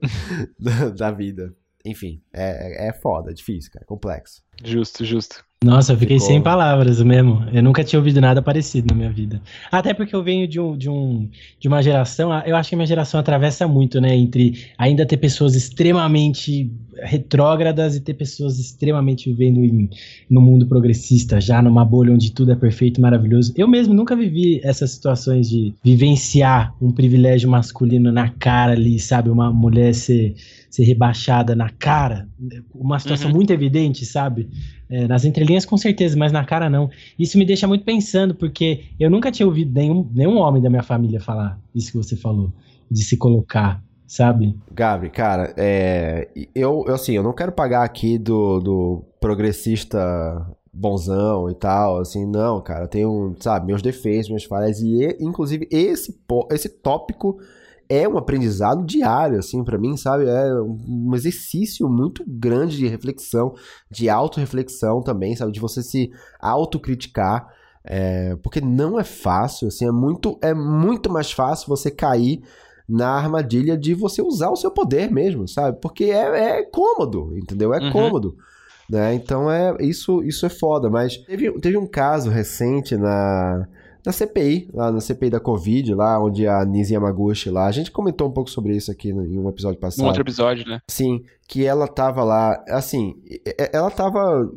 da, da vida. Enfim, é, é foda, é difícil, cara, é complexo. Justo, justo. Nossa, eu fiquei Ficou... sem palavras mesmo. Eu nunca tinha ouvido nada parecido na minha vida. Até porque eu venho de, um, de, um, de uma geração, eu acho que a minha geração atravessa muito, né? Entre ainda ter pessoas extremamente retrógradas e ter pessoas extremamente vivendo em, no mundo progressista, já numa bolha onde tudo é perfeito e maravilhoso. Eu mesmo nunca vivi essas situações de vivenciar um privilégio masculino na cara ali, sabe? Uma mulher ser, ser rebaixada na cara. Uma situação uhum. muito evidente, sabe? É, nas entrelinhas com certeza, mas na cara não. Isso me deixa muito pensando, porque eu nunca tinha ouvido nenhum, nenhum homem da minha família falar isso que você falou, de se colocar, sabe? Gabri, cara, é, eu, eu assim, eu não quero pagar aqui do, do progressista bonzão e tal, assim, não, cara, eu tenho, sabe, meus defeitos, minhas falhas, e inclusive esse, esse tópico é um aprendizado diário, assim, pra mim, sabe? É um exercício muito grande de reflexão, de autorreflexão também, sabe? De você se autocriticar, é, porque não é fácil, assim, é muito, é muito mais fácil você cair na armadilha de você usar o seu poder mesmo, sabe? Porque é, é cômodo, entendeu? É uhum. cômodo, né? Então, é, isso, isso é foda, mas teve, teve um caso recente na... na C P I, lá na C P I da Covid, lá onde a Nise Yamaguchi lá, a gente comentou um pouco sobre isso aqui em um episódio passado. Um outro episódio, né? Sim, que ela tava lá, assim, ela tava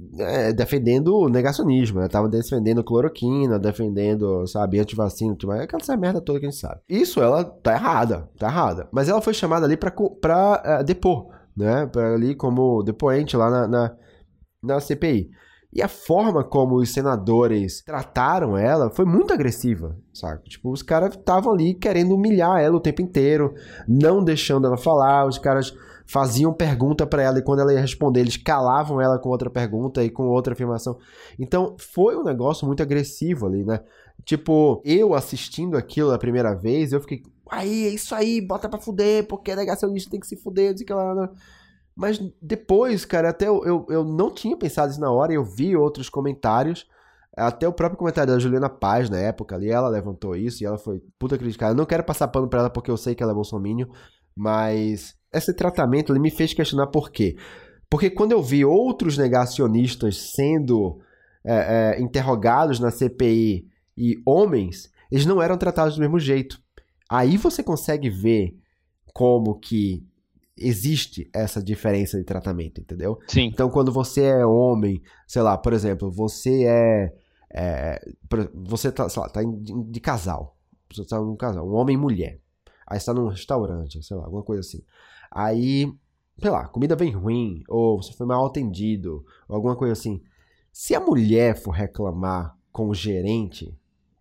é, defendendo o negacionismo, ela tava defendendo cloroquina, defendendo, sabe, antivacina, aquela merda toda que a gente sabe. Isso, ela tá errada, tá errada. Mas ela foi chamada ali pra, pra uh, depor, né, pra ali como depoente lá na, na, na C P I. E a forma como os senadores trataram ela foi muito agressiva, sabe? Tipo, os caras estavam ali querendo humilhar ela o tempo inteiro, não deixando ela falar, os caras faziam pergunta pra ela e quando ela ia responder, eles calavam ela com outra pergunta e com outra afirmação. Então, foi um negócio muito agressivo ali, né? Tipo, eu assistindo aquilo a primeira vez, eu fiquei, aí, é isso aí, bota pra fuder, porque negacionista tem que se fuder, não sei o que lá, não. Mas depois, cara, até eu, eu, eu não tinha pensado isso na hora, eu vi outros comentários, até o próprio comentário da Juliana Paz na época ali, ela levantou isso e ela foi puta criticada. Eu não quero passar pano pra ela porque eu sei que ela é bolsominion, mas esse tratamento ele me fez questionar por quê. Porque quando eu vi outros negacionistas sendo é, é, interrogados na C P I e homens, eles não eram tratados do mesmo jeito. Aí você consegue ver como que existe essa diferença de tratamento, entendeu? Sim. Então, quando você é homem, sei lá, por exemplo, você é... é você tá, sei lá, tá de, de casal. Você tá num casal, um homem e mulher. Aí você tá num restaurante, sei lá, alguma coisa assim. Aí, sei lá, comida bem ruim, ou você foi mal atendido, ou alguma coisa assim. Se a mulher for reclamar com o gerente,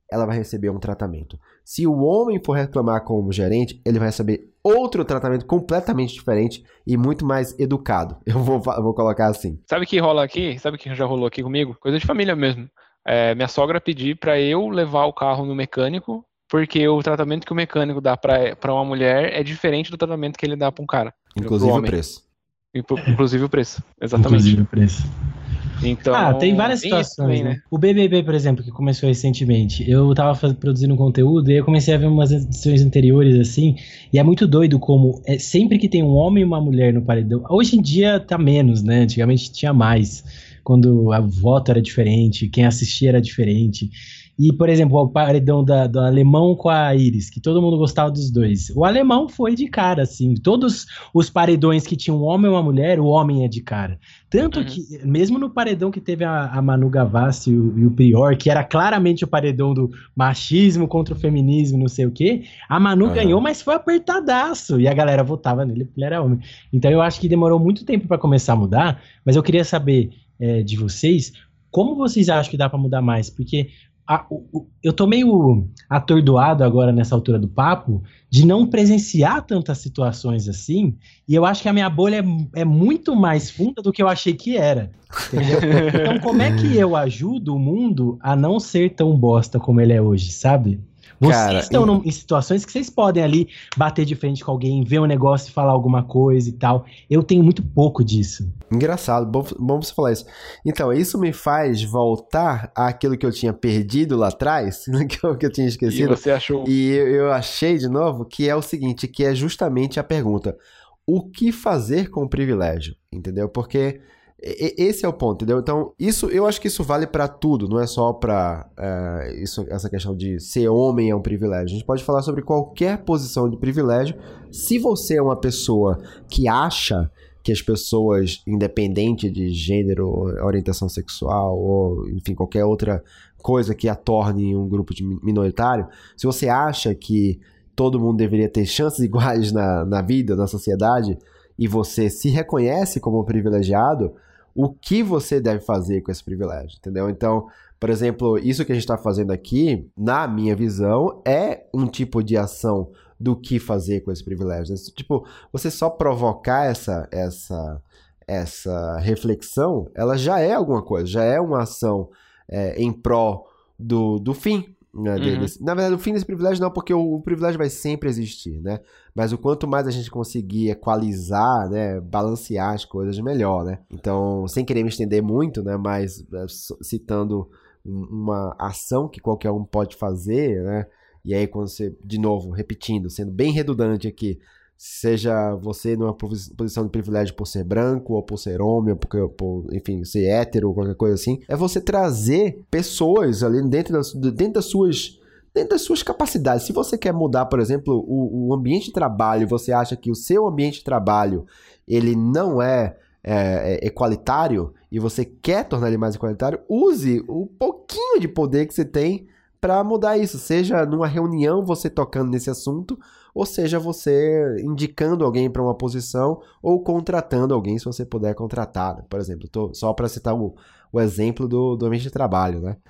ela vai receber um tratamento. Se o homem for reclamar como gerente, ele vai receber outro tratamento completamente diferente e muito mais educado. Eu vou, eu vou colocar assim. Sabe o que rola aqui? Sabe o que já rolou aqui comigo? Coisa de família mesmo. É, minha sogra pedir pra eu levar o carro no mecânico, porque o tratamento que o mecânico dá pra, pra uma mulher é diferente do tratamento que ele dá pra um cara. Inclusive o preço. Inclusive o preço, exatamente. Inclusive o preço. Então, ah, tem várias tem situações, também, né? né? O B B B, por exemplo, que começou recentemente, eu tava faz- produzindo um conteúdo e eu comecei a ver umas edições anteriores, assim, e é muito doido como é, sempre que tem um homem e uma mulher no paredão, hoje em dia tá menos, né? Antigamente tinha mais, quando a voto era diferente, quem assistia era diferente. E, por exemplo, o paredão da, do alemão com a Iris, que todo mundo gostava dos dois. O alemão foi de cara, assim. Todos os paredões que tinham um homem e uma mulher, o homem é de cara. Tanto uhum. que, mesmo no paredão que teve a, a Manu Gavassi e o, e o Prior, que era claramente o paredão do machismo contra o feminismo, não sei o quê, a Manu uhum. ganhou, mas foi apertadaço. E a galera votava nele porque ele era homem. Então eu acho que demorou muito tempo para começar a mudar, mas eu queria saber é, de vocês, como vocês acham que dá para mudar mais? Porque A, o, eu tô meio atordoado agora nessa altura do papo de não presenciar tantas situações assim, e eu acho que a minha bolha é, é muito mais funda do que eu achei que era, entendeu? Então como é que eu ajudo o mundo a não ser tão bosta como ele é hoje, sabe? Vocês Cara, estão em... em situações que vocês podem ali bater de frente com alguém, ver um negócio e falar alguma coisa e tal. Eu tenho muito pouco disso. Engraçado, bom, bom você falar isso. Então, isso me faz voltar àquilo que eu tinha perdido lá atrás, que eu, que eu tinha esquecido. E você achou? E eu, eu achei de novo que é o seguinte, que é justamente a pergunta: o que fazer com o privilégio? Entendeu? Porque esse é o ponto, entendeu? Então, isso, eu acho que isso vale pra tudo, não é só pra uh, isso, essa questão de ser homem é um privilégio. A gente pode falar sobre qualquer posição de privilégio. Se você é uma pessoa que acha que as pessoas, independente de gênero, orientação sexual ou, enfim, qualquer outra coisa que a torne um grupo de minoritário, se você acha que todo mundo deveria ter chances iguais na, na vida, na sociedade, e você se reconhece como privilegiado, o que você deve fazer com esse privilégio, entendeu? Então, por exemplo, isso que a gente está fazendo aqui, na minha visão, é um tipo de ação do que fazer com esse privilégio. Tipo, você só provocar essa, essa, essa reflexão, ela já é alguma coisa, já é uma ação é, em pró do, do fim. Né, uhum. desse, na verdade, o fim desse privilégio não, porque o, o privilégio vai sempre existir, né? Mas o quanto mais a gente conseguir equalizar, né, balancear as coisas, melhor, né? Então, sem querer me estender muito, né, mas é, citando uma ação que qualquer um pode fazer, né? E aí, quando você, de novo, repetindo, sendo bem redundante aqui, seja você numa posição de privilégio por ser branco, ou por ser homem, ou por, por enfim, ser hétero, ou qualquer coisa assim, é você trazer pessoas ali dentro das, dentro das suas... dentro das suas capacidades. Se você quer mudar, por exemplo, o, o ambiente de trabalho, você acha que o seu ambiente de trabalho, ele não é, é, é equalitário, e você quer tornar ele mais equalitário, use o pouquinho de poder que você tem para mudar isso, seja numa reunião você tocando nesse assunto, ou seja você indicando alguém para uma posição ou contratando alguém, se você puder contratar, né? Por exemplo, tô, só para citar o, o exemplo do, do ambiente de trabalho, né?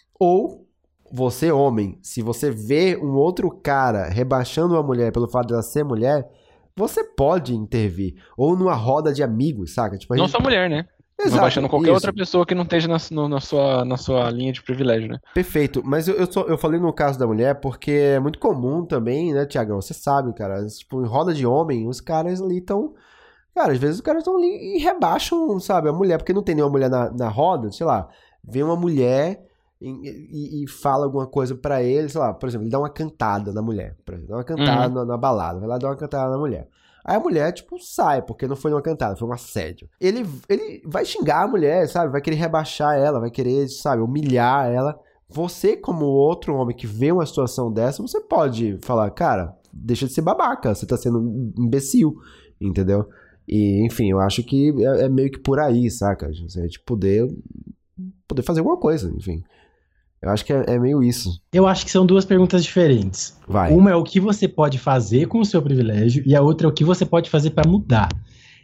Ou você, homem, se você vê um outro cara rebaixando uma mulher pelo fato dela ser mulher, você pode intervir, ou numa roda de amigos, saca? Tipo, a não gente... só mulher, né? Exato, baixando qualquer isso. outra pessoa que não esteja na, no, na, sua, na sua linha de privilégio, né? Perfeito, mas eu, eu, só, eu falei no caso da mulher porque é muito comum também, né, Tiagão? Você sabe, cara, tipo, em roda de homem, os caras ali estão... Cara, às vezes os caras estão ali e rebaixam, sabe, a mulher, porque não tem nenhuma mulher na, na roda, sei lá, vem uma mulher e, e, e fala alguma coisa pra ele, sei lá, por exemplo, ele dá uma cantada na mulher, por exemplo, dá uma cantada uhum. na, na balada, vai lá dar uma cantada na mulher. Aí a mulher, tipo, sai, porque não foi uma cantada, foi um assédio. Ele, ele vai xingar a mulher, sabe? Vai querer rebaixar ela, vai querer, sabe, humilhar ela. Você, como outro homem que vê uma situação dessa, você pode falar, cara, deixa de ser babaca, você tá sendo um imbecil, entendeu? E, enfim, eu acho que é, é meio que por aí, saca? Você é de poder, poder fazer alguma coisa, enfim. Eu acho que é, é meio isso. Eu acho que são duas perguntas diferentes. Vai. Uma é o que você pode fazer com o seu privilégio e a outra é o que você pode fazer pra mudar.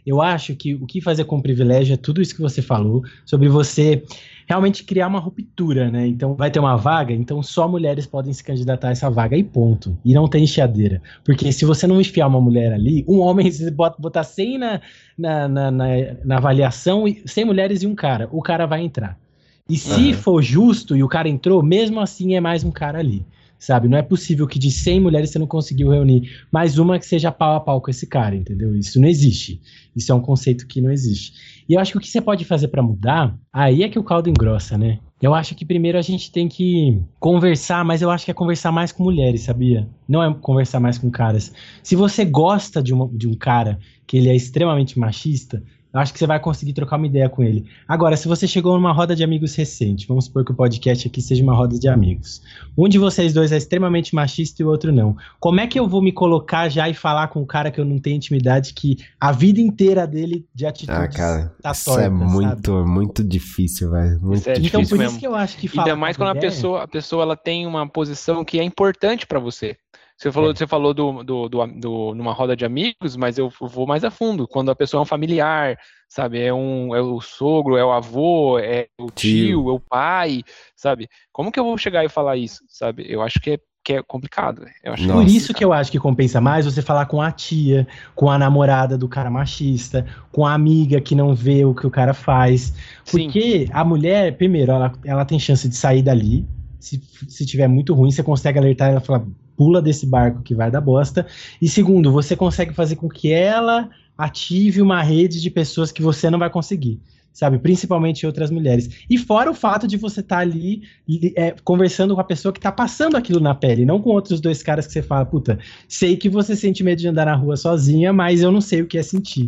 Eu acho que o que fazer com privilégio é tudo isso que você falou, sobre você realmente criar uma ruptura, né? Então, vai ter uma vaga, então só mulheres podem se candidatar a essa vaga e ponto. E não tem enxadeira. Porque se você não enfiar uma mulher ali, um homem, se bota, botar cem na, na, na, na, na avaliação, cem mulheres e um cara, o cara vai entrar. E se Uhum. for justo e o cara entrou, mesmo assim é mais um cara ali. Sabe, não é possível que de cem mulheres você não conseguiu reunir mais uma que seja pau a pau com esse cara, entendeu? Isso não existe. Isso é um conceito que não existe. E eu acho que o que você pode fazer pra mudar, aí é que o caldo engrossa, né? Eu acho que primeiro a gente tem que conversar, mas eu acho que é conversar mais com mulheres, sabia? Não é conversar mais com caras. Se você gosta de, uma, de um cara que ele é extremamente machista, eu acho que você vai conseguir trocar uma ideia com ele. Agora, se você chegou numa roda de amigos recente, vamos supor que o podcast aqui seja uma roda de amigos. Um de vocês dois é extremamente machista e o outro não. Como é que eu vou me colocar já e falar com o cara que eu não tenho intimidade, que a vida inteira dele de atitudes Ah, cara, tá isso torta, é muito, sabe? muito difícil, velho. Muito Isso é Então, difícil por mesmo. isso que eu acho que falar Ainda mais com quando a mulher- pessoa, a pessoa ela tem uma posição que é importante pra você. Você falou, É. você falou do, do, do, do- numa roda de amigos, mas eu vou mais a fundo. Quando a pessoa é um familiar, sabe? É, um, é o sogro, é o avô, é o tio, Tio. é o pai, sabe? Como que eu vou chegar e falar isso, sabe? Eu acho que é, que é complicado. Eu acho Nossa. Por isso que eu acho que compensa mais você falar com a tia, com a namorada do cara machista, com a amiga que não vê o que o cara faz. Sim. Porque a mulher, primeiro, ela, ela tem chance de sair dali. Se, se tiver muito ruim, você consegue alertar ela e falar, pula desse barco que vai dar bosta. E segundo, você consegue fazer com que ela ative uma rede de pessoas que você não vai conseguir. Sabe, principalmente outras mulheres. E fora o fato de você estar ali é, conversando com a pessoa que tá passando aquilo na pele, não com outros dois caras que você fala, puta, sei que você sente medo de andar na rua sozinha, mas eu não sei o que é sentir.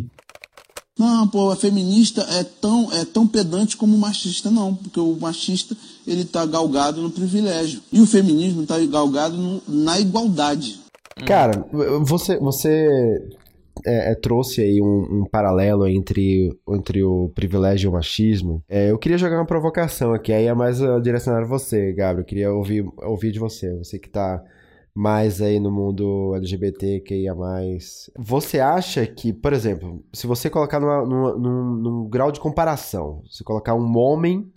Não, pô, a feminista é tão, é tão pedante como o machista, não. Porque o machista, ele tá galgado no privilégio. E o feminismo tá galgado no, na igualdade. Cara, você, você é, é, trouxe aí um, um paralelo entre, entre o privilégio e o machismo. É, eu queria jogar uma provocação aqui, aí é mais uh, direcionado a você, Gabriel. Eu queria ouvir, ouvir de você, você que tá mais aí no mundo L G B T Q I A mais. Você acha que, por exemplo, se você colocar numa, numa, num, num grau de comparação, se colocar um homem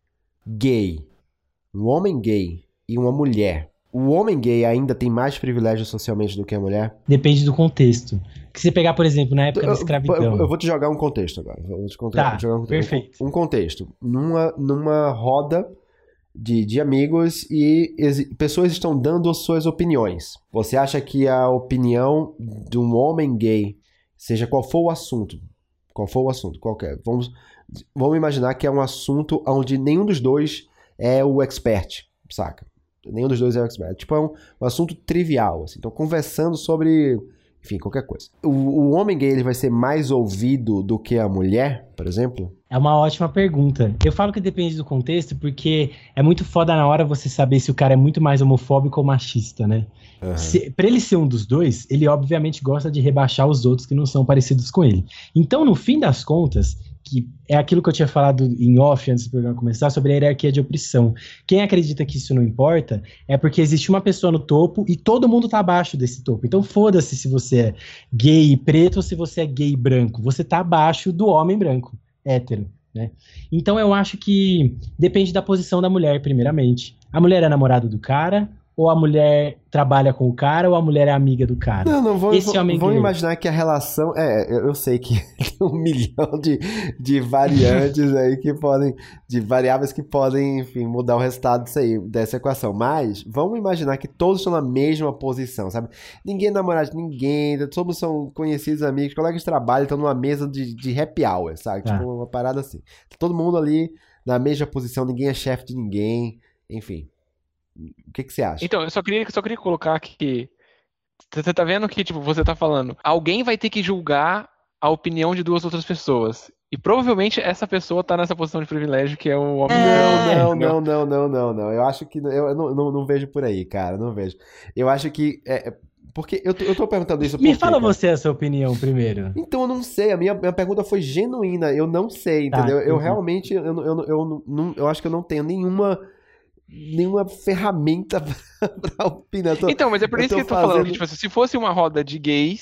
gay, um homem gay e uma mulher, o homem gay ainda tem mais privilégio socialmente do que a mulher? Depende do contexto. Que você pegar, por exemplo, na época Eu, da escravidão. eu, eu vou te jogar um contexto agora. Vou te contar, Tá, vou te jogar um, perfeito. Um, um contexto. Numa, numa roda de, de amigos e exi- pessoas estão dando as suas opiniões. Você acha que a opinião de um homem gay, seja qual for o assunto, qual for o assunto, qualquer, vamos, vamos imaginar que é um assunto onde nenhum dos dois é o expert, saca? Nenhum dos dois é o expert. Tipo, é um, um assunto trivial, assim. Então, conversando sobre, enfim, qualquer coisa. O, o homem gay, ele vai ser mais ouvido do que a mulher, por exemplo? É uma ótima pergunta. Eu falo que depende do contexto, porque é muito foda na hora você saber se o cara é muito mais homofóbico ou machista, né? Uhum. Se, pra ele ser um dos dois, ele obviamente gosta de rebaixar os outros que não são parecidos com ele. Então, no fim das contas, que é aquilo que eu tinha falado em off antes do programa começar, sobre a hierarquia de opressão. Quem acredita que isso não importa é porque existe uma pessoa no topo e todo mundo tá abaixo desse topo. Então foda-se se você é gay e preto ou se você é gay e branco. Você tá abaixo do homem branco, hétero, né? Então eu acho que depende da posição da mulher, primeiramente. A mulher é namorada do cara, ou a mulher trabalha com o cara, ou a mulher é amiga do cara? Não, não, vou, Esse vou, homem vamos gay. imaginar que a relação... É, eu, eu sei que tem um milhão de, de variantes aí que podem... De variáveis que podem, enfim, mudar o resultado disso aí, dessa equação. Mas, vamos imaginar que todos estão na mesma posição, sabe? Ninguém é namorado de ninguém, todos são conhecidos, amigos, colegas de trabalho, estão numa mesa de, de happy hour, sabe? Tá. Tipo, uma parada assim. Todo mundo ali na mesma posição, ninguém é chefe de ninguém, enfim. O que que você acha? Então, eu só queria, só queria colocar que você tá vendo que, tipo, você tá falando, alguém vai ter que julgar a opinião de duas outras pessoas. E provavelmente essa pessoa tá nessa posição de privilégio que é o homem. É, Não, entendeu? não, não, não, não, não. Eu acho que. Eu não, não, não vejo por aí, cara. Não vejo. Eu acho que. É, é- porque eu tô, eu tô perguntando isso Me por quê, fala cara? você a sua opinião primeiro. Então eu não sei. A minha, minha pergunta foi genuína. Eu não sei, Tá, entendeu? Eu entendi. realmente. Eu, eu, eu, eu, não, eu acho que eu não tenho nenhuma. Nenhuma ferramenta pra, pra opinar. Eu tô- Então, mas é por eu isso tô que eu tô falando que, fazendo- tipo assim, se fosse uma roda de gays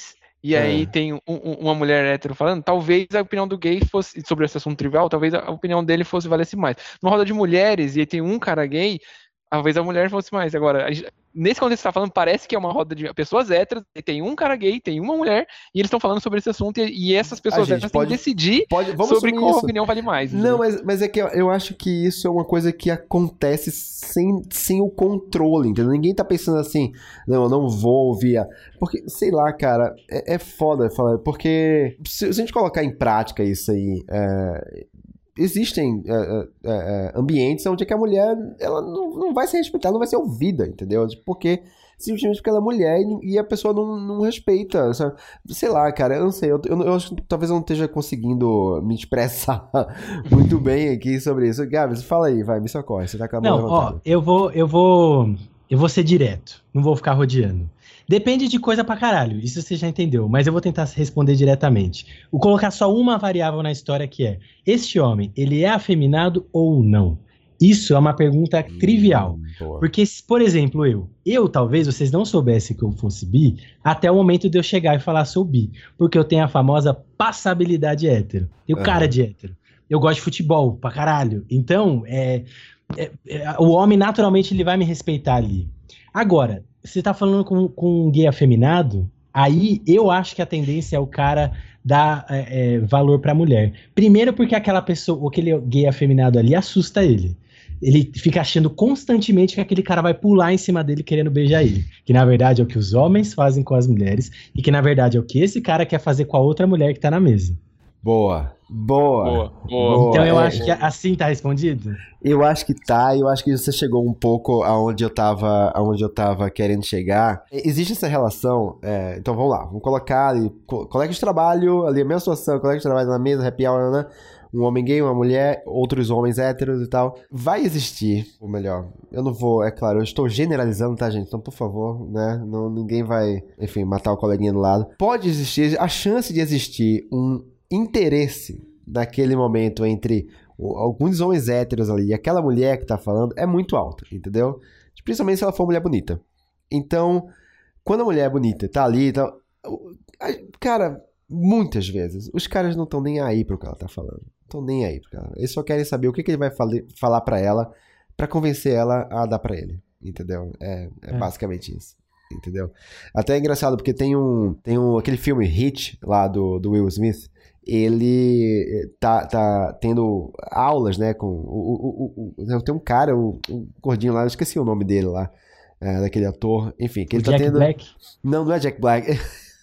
e aí é. tem um, um, uma mulher hétero falando, talvez a opinião do gay fosse, sobre esse assunto trivial, talvez a opinião dele fosse valesse mais. Numa roda de mulheres, e aí tem um cara gay, talvez a mulher fosse mais. Agora, nesse contexto que você tá falando, parece que é uma roda de pessoas héteras, e tem um cara gay, tem uma mulher, e eles estão falando sobre esse assunto, e, e essas pessoas héteras têm que decidir pode, sobre qual isso. opinião vale mais. Não, mas, mas é que eu, eu acho que isso é uma coisa que acontece sem, sem o controle, entendeu? Ninguém tá pensando assim, não, eu não vou ouvir a... Porque, sei lá, cara, é, é foda falar, porque se, se a gente colocar em prática isso aí... É... Existem é, é, é, ambientes onde que a mulher ela não, não vai ser respeitada, não vai ser ouvida, entendeu? Porque simplesmente porque ela é mulher e, e a pessoa não, não respeita, sabe? Sei lá, cara, eu não sei, eu, eu, eu acho que talvez eu não esteja conseguindo me expressar muito bem aqui sobre isso. Gabs, fala aí, vai, me socorre, você tá com a mão Não, levantada. ó, eu vou, eu vou, eu vou ser direto, não vou ficar rodeando. Depende de coisa pra caralho, isso você já entendeu, mas eu vou tentar responder diretamente. Vou colocar só uma variável na história que é, este homem, ele é afeminado ou não? Isso é uma pergunta hum, trivial, boa. Porque, por exemplo, eu, eu talvez vocês não soubessem que eu fosse bi, até o momento de eu chegar e falar sou bi, porque eu tenho a famosa passabilidade hétero, tenho uhum. cara de hétero, eu gosto de futebol pra caralho, então, é, é, é, o homem naturalmente ele vai me respeitar ali. Agora, você tá falando com, com um gay afeminado, aí eu acho que a tendência é o cara dar é, é, valor pra mulher. Primeiro porque aquela pessoa, aquele gay afeminado ali assusta ele. Ele fica achando constantemente que aquele cara vai pular em cima dele querendo beijar ele. Que na verdade é o que os homens fazem com as mulheres e que na verdade é o que esse cara quer fazer com a outra mulher que tá na mesa. Boa, boa, boa, boa. Então eu é, acho que assim tá respondido? Eu acho que tá, eu acho que você chegou um pouco aonde eu tava, aonde eu tava querendo chegar. Existe essa relação, é, então vamos lá, vamos colocar ali, co colega de trabalho, ali a mesma situação, colega de trabalho na mesa, happy hour, né? Um homem gay, uma mulher, outros homens héteros e tal. Vai existir, ou melhor, eu não vou, é claro, eu estou generalizando, tá, gente? Então, por favor, né? Não, ninguém vai, enfim, matar o coleguinha do lado. Pode existir, a chance de existir um interesse naquele momento entre alguns homens héteros ali e aquela mulher que tá falando é muito alta, entendeu? Principalmente se ela for uma mulher bonita. Então, quando a mulher é bonita, tá ali, tá, cara, muitas vezes os caras não estão nem aí pro que ela tá falando. Não estão nem aí pro que ela... Eles só querem saber o que, que ele vai falar pra ela pra convencer ela a dar pra ele, entendeu? É, é, é. basicamente isso. Entendeu? Até é engraçado porque tem um, tem um aquele filme Hit lá do, do Will Smith. Ele tá, tá tendo aulas, né, com o, o, o, tem um cara, o, o gordinho lá, eu esqueci o nome dele lá, é, daquele ator, enfim, que ele o tá Jack tendo... Black? Não, não é Jack Black.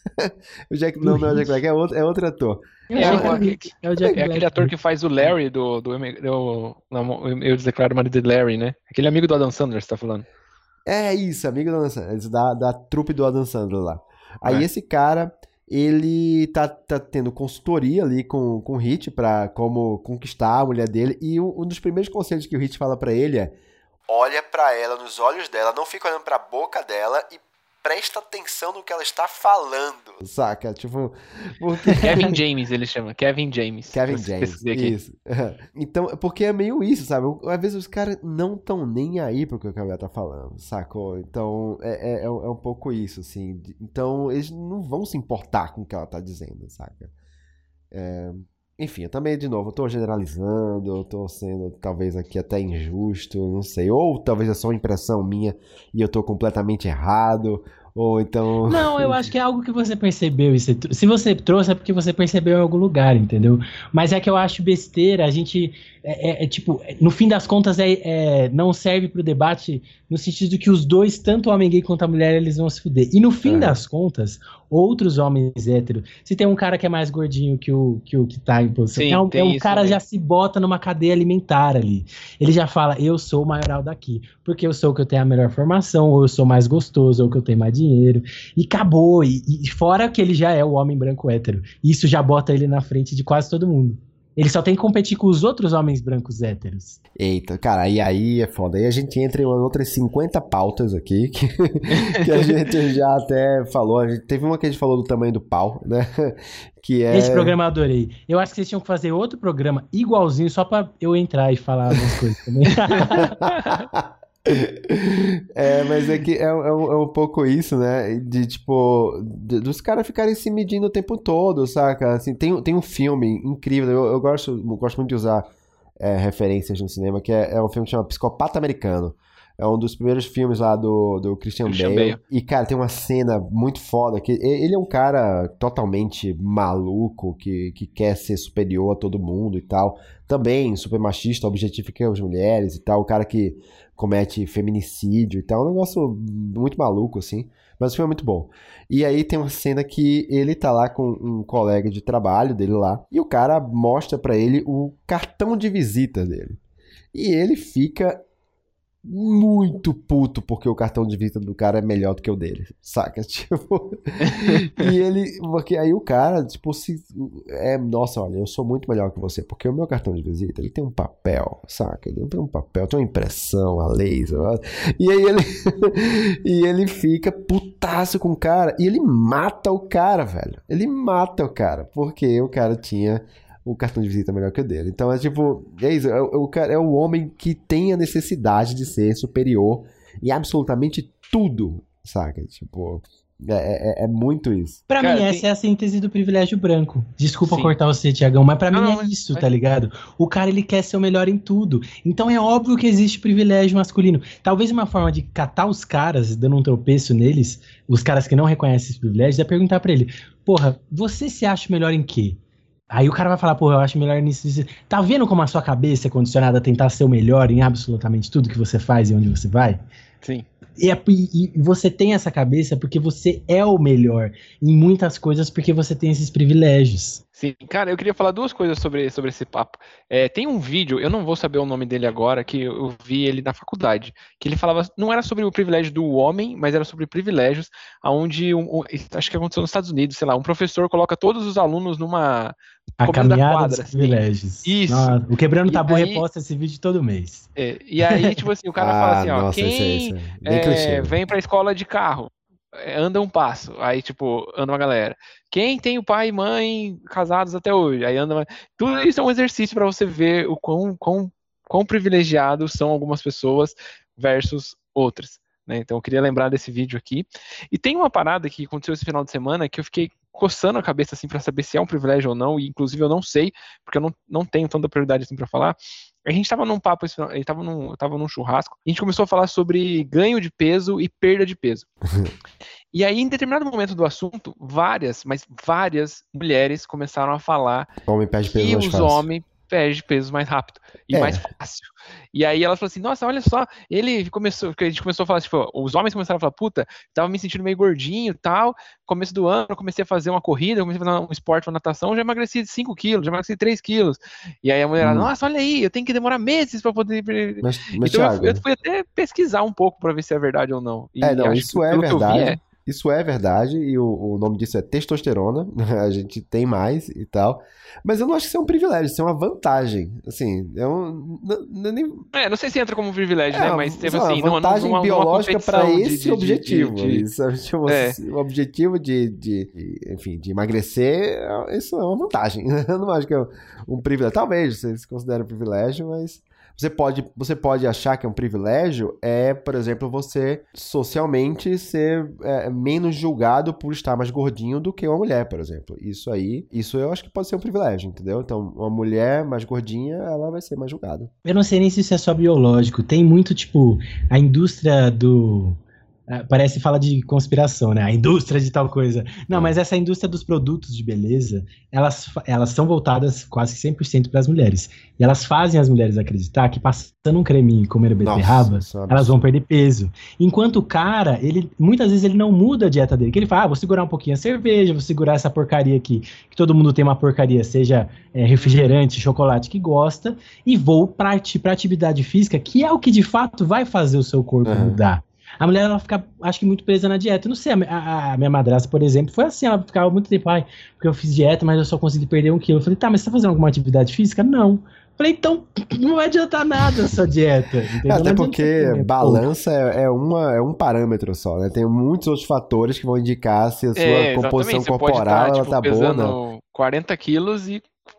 o Jack, não, não é Jack Black, é outro, é outro ator. É, é, é, é, o Jack é aquele ator que faz o Larry do, do, do, do Eu Declaro Marido de Larry, né? Aquele amigo do Adam Sandler, você tá falando. É isso, amigo do Adam Sandler, da, da trupe do Adam Sandler lá. Aí é. esse cara... Ele tá, tá tendo consultoria ali com, com o Hit pra como conquistar a mulher dele. E um, um dos primeiros conselhos que o Hit fala pra ele é: olha pra ela, nos olhos dela, não fica olhando pra boca dela e presta atenção no que ela está falando. Saca? Tipo... Porque... Kevin James, ele chama. Kevin James. Kevin James, isso. Então, porque é meio isso, sabe? Às vezes os caras não estão nem aí pro que a mulher tá falando, sacou? Então, é, é, é um pouco isso, assim. Então, eles não vão se importar com o que ela tá dizendo, saca? É... Enfim, eu também, de novo, eu tô generalizando, eu tô sendo talvez aqui até injusto, não sei. Ou talvez é só uma impressão minha e eu tô completamente errado, ou então... Não, eu acho que é algo que você percebeu. E você... Se você trouxe é porque você percebeu em algum lugar, entendeu? Mas é que eu acho besteira, a gente... É, é, é tipo, no fim das contas, é, é, não serve pro debate no sentido de que os dois, tanto o homem gay quanto a mulher, eles vão se fuder. E no fim é. das contas, outros homens héteros, se tem um cara que é mais gordinho que o que, o que tá em posição, Sim, é um, é um cara já se bota numa cadeia alimentar ali. Ele já fala, eu sou o maioral daqui, porque eu sou o que eu tenho a melhor formação, ou eu sou mais gostoso, ou que eu tenho mais dinheiro. E acabou. E, e fora que ele já é o homem branco hétero. Isso já bota ele na frente de quase todo mundo. Ele só tem que competir com os outros homens brancos héteros. Eita, cara, e aí é foda. Aí a gente entra em outras cinquenta pautas aqui, que, que a gente já até falou. A gente, teve uma que a gente falou do tamanho do pau, né? Que é... Esse programa eu adorei. Eu acho que vocês tinham que fazer outro programa igualzinho, só pra eu entrar e falar algumas coisas também. É, mas é que é, é, um, é um pouco isso, né? De tipo, de, dos caras ficarem se medindo o tempo todo, saca? Assim, tem, tem um filme incrível, eu, eu gosto, eu gosto muito de usar é, referências no cinema, que é, é um filme que chama Psicopata Americano. É um dos primeiros filmes lá do, do Christian, Christian Bale. Bale. E, cara, tem uma cena muito foda, que ele é um cara totalmente maluco, que, que quer ser superior a todo mundo e tal. Também super machista, objetifica as mulheres e tal. O cara que comete feminicídio e tal. É um negócio muito maluco, assim. Mas o filme é muito bom. E aí tem uma cena que ele tá lá com um colega de trabalho dele lá. E o cara mostra pra ele o cartão de visita dele. E ele fica muito puto porque o cartão de visita do cara é melhor do que o dele, saca? Tipo, e ele, porque aí o cara, tipo, se é, nossa, olha, eu sou muito melhor que você, porque o meu cartão de visita, ele tem um papel, saca? Ele tem um papel, tem uma impressão a laser, e aí ele e ele fica putaço com o cara, e ele mata o cara, velho. Ele mata o cara, porque o cara tinha o cartão de visita melhor que o dele. Então é tipo, é isso, é o, é o homem que tem a necessidade de ser superior em absolutamente tudo, saca? Tipo, é, é, é muito isso. Pra Cara, mim, essa tem... é a síntese do privilégio branco. Desculpa Sim. cortar você, Tiagão, mas pra não, mim não, é isso, mas... tá ligado? O cara, ele quer ser o melhor em tudo. Então é óbvio que existe privilégio masculino. Talvez uma forma de catar os caras, dando um tropeço neles, os caras que não reconhecem esses privilégios, é perguntar pra ele, porra, você se acha melhor em quê? Aí o cara vai falar, pô, eu acho melhor nisso, nisso. Tá vendo como a sua cabeça é condicionada a tentar ser o melhor em absolutamente tudo que você faz e onde você vai? Sim. E, é, e, e você tem essa cabeça porque você é o melhor em muitas coisas, porque você tem esses privilégios. Sim, cara, eu queria falar duas coisas sobre, sobre esse papo. É, tem um vídeo, eu não vou saber o nome dele agora, que eu vi ele na faculdade, que ele falava, não era sobre o privilégio do homem, mas era sobre privilégios, onde, um, um, acho que aconteceu nos Estados Unidos, sei lá, um professor coloca todos os alunos numa... A caminhada quadra, dos privilégios. Assim. Isso. Nossa, o Quebrando Tabu aí, reposta esse vídeo todo mês. É, e aí, tipo assim, o cara ah, fala assim, ó, nossa, quem isso é, isso é. É, vem pra escola de carro, anda um passo, aí tipo, anda uma galera. Quem tem o pai e mãe casados até hoje, aí anda uma... Tudo isso é um exercício pra você ver o quão, quão, quão privilegiados são algumas pessoas versus outras. Né? Então eu queria lembrar desse vídeo aqui. E tem uma parada que aconteceu esse final de semana que eu fiquei coçando a cabeça assim para saber se é um privilégio ou não, e inclusive eu não sei, porque eu não, não tenho tanta prioridade assim para falar. A gente tava num papo, a gente tava num, tava num churrasco, e a gente começou a falar sobre ganho de peso e perda de peso. E aí, em determinado momento do assunto, várias, mas várias mulheres começaram a falar Homem perde peso que mais os fácil. homens perde peso mais rápido e É. mais fácil. E aí ela falou assim, nossa, olha só, ele começou, a gente começou a falar, tipo, os homens começaram a falar, puta, tava me sentindo meio gordinho e tal, começo do ano, eu comecei a fazer uma corrida, eu comecei a fazer um esporte, uma natação, já emagreci cinco quilos, já emagreci três quilos. E aí a mulher, hum. nossa, olha aí, eu tenho que demorar meses pra poder... Mas, mas então Thiago... eu, eu fui até pesquisar um pouco pra ver se é verdade ou não. E é, não, acho isso que, é verdade. Vi, é... Isso é verdade, e o, o nome disso é testosterona, a gente tem mais e tal, mas eu não acho que isso é um privilégio, isso é uma vantagem, assim, é um... Não, nem... é, não sei se entra como privilégio, é, né, mas teve uma assim... vantagem numa, numa, biológica para esse de, de, objetivo, de, de, isso, tipo, é. O objetivo de, de, de, enfim, de emagrecer, isso é uma vantagem, eu não acho que é um privilégio, talvez você se considere um privilégio, mas... Você pode, você pode achar que é um privilégio, é, por exemplo, você socialmente ser é, menos julgado por estar mais gordinho do que uma mulher, por exemplo. Isso aí, isso eu acho que pode ser um privilégio, entendeu? Então, uma mulher mais gordinha, ela vai ser mais julgada. Eu não sei nem se isso é só biológico. Tem muito, tipo, a indústria do... Parece fala de conspiração, né? A indústria de tal coisa. Não, mas essa indústria dos produtos de beleza, elas, elas são voltadas quase cem por cento para as mulheres. E elas fazem as mulheres acreditar que passando um creminho e comendo beterraba, elas vão perder peso. Enquanto o cara, ele, muitas vezes ele não muda a dieta dele. Que ele fala, ah, vou segurar um pouquinho a cerveja, vou segurar essa porcaria aqui, que todo mundo tem uma porcaria, seja é, refrigerante, chocolate que gosta, e vou partir para atividade física, que é o que de fato vai fazer o seu corpo uhum. mudar. A mulher, ela fica, acho que muito presa na dieta. Eu não sei, a, a, a minha madrasta, por exemplo, foi assim, ela ficava muito tempo, ai, porque eu fiz dieta, mas eu só consegui perder um quilo. Eu falei, tá, mas você tá fazendo alguma atividade física? Não. Eu falei, então, não vai adiantar nada a sua dieta. Entendeu? Até porque balança é, é, uma, é um parâmetro só, né? Tem muitos outros fatores que vão indicar se a sua é, composição corporal, tá, ela tipo, tá boa ou não. quarenta quilos e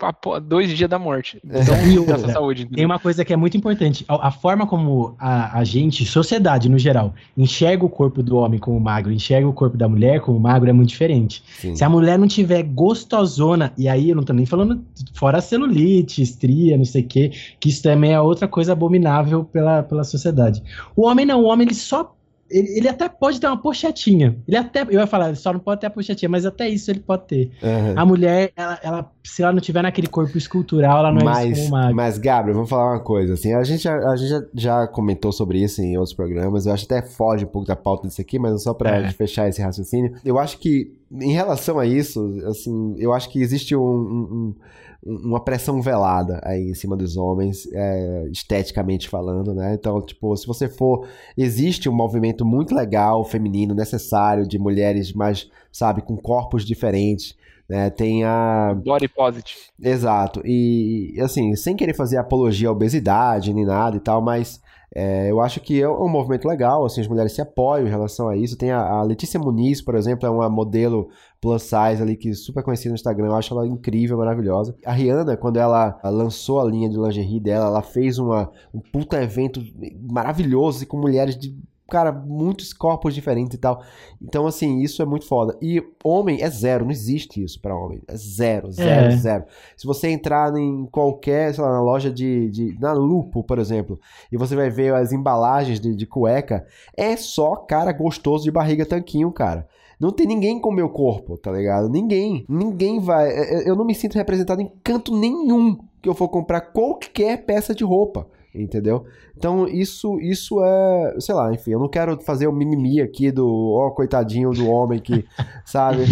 a dois dias da morte. Então, E outra, nossa saúde. tem uma coisa que é muito importante. A, a forma como a, a gente, sociedade no geral, enxerga o corpo do homem como magro, enxerga o corpo da mulher como magro é muito diferente. Sim. Se a mulher não tiver gostosona, e aí eu não tô nem falando fora celulite, estria, não sei o quê, que isso também é outra coisa abominável pela, pela sociedade. O homem não, o homem ele só Ele, ele até pode ter uma pochetinha. Ele até, eu ia falar, ele só não pode ter a pochetinha, mas até isso ele pode ter. Uhum. A mulher, ela, ela, se ela não tiver naquele corpo escultural, ela não mas, é vista como magra. Mas, Gabriel, vamos falar uma coisa. Assim, a gente, já, a gente já, já comentou sobre isso em outros programas. Eu acho que até foge um pouco da pauta disso aqui, mas só pra É. fechar esse raciocínio. Eu acho que, em relação a isso, assim, eu acho que existe um... um, um uma pressão velada aí em cima dos homens, é, esteticamente falando, né? Então, tipo, se você for... Existe um movimento muito legal, feminino, necessário, de mulheres mais, sabe, com corpos diferentes, né? Tem a... Body positive. Exato. E, assim, sem querer fazer apologia à obesidade, nem nada e tal, mas... É, eu acho que é um movimento legal, assim, as mulheres se apoiam em relação a isso. Tem a, a Letícia Muniz, por exemplo, é uma modelo plus size ali, que é super conhecida no Instagram, eu acho ela incrível, maravilhosa. A Rihanna, quando ela lançou a linha de lingerie dela, ela fez uma, um puta evento maravilhoso com mulheres de... Cara, muitos corpos diferentes e tal. Então, assim, isso é muito foda. E homem é zero, não existe isso pra homem. É zero, zero, É. zero. Se você entrar em qualquer, sei lá, na loja de, de... Na Lupo, por exemplo, e você vai ver as embalagens de, de cueca, é só cara gostoso de barriga tanquinho, cara. Não tem ninguém com o meu corpo, tá ligado? Ninguém. Ninguém vai... Eu não me sinto representado em canto nenhum que eu for comprar qualquer peça de roupa. Entendeu? Então isso, isso é, sei lá, enfim, eu não quero fazer o mimimi aqui do, ó, coitadinho do homem que, sabe?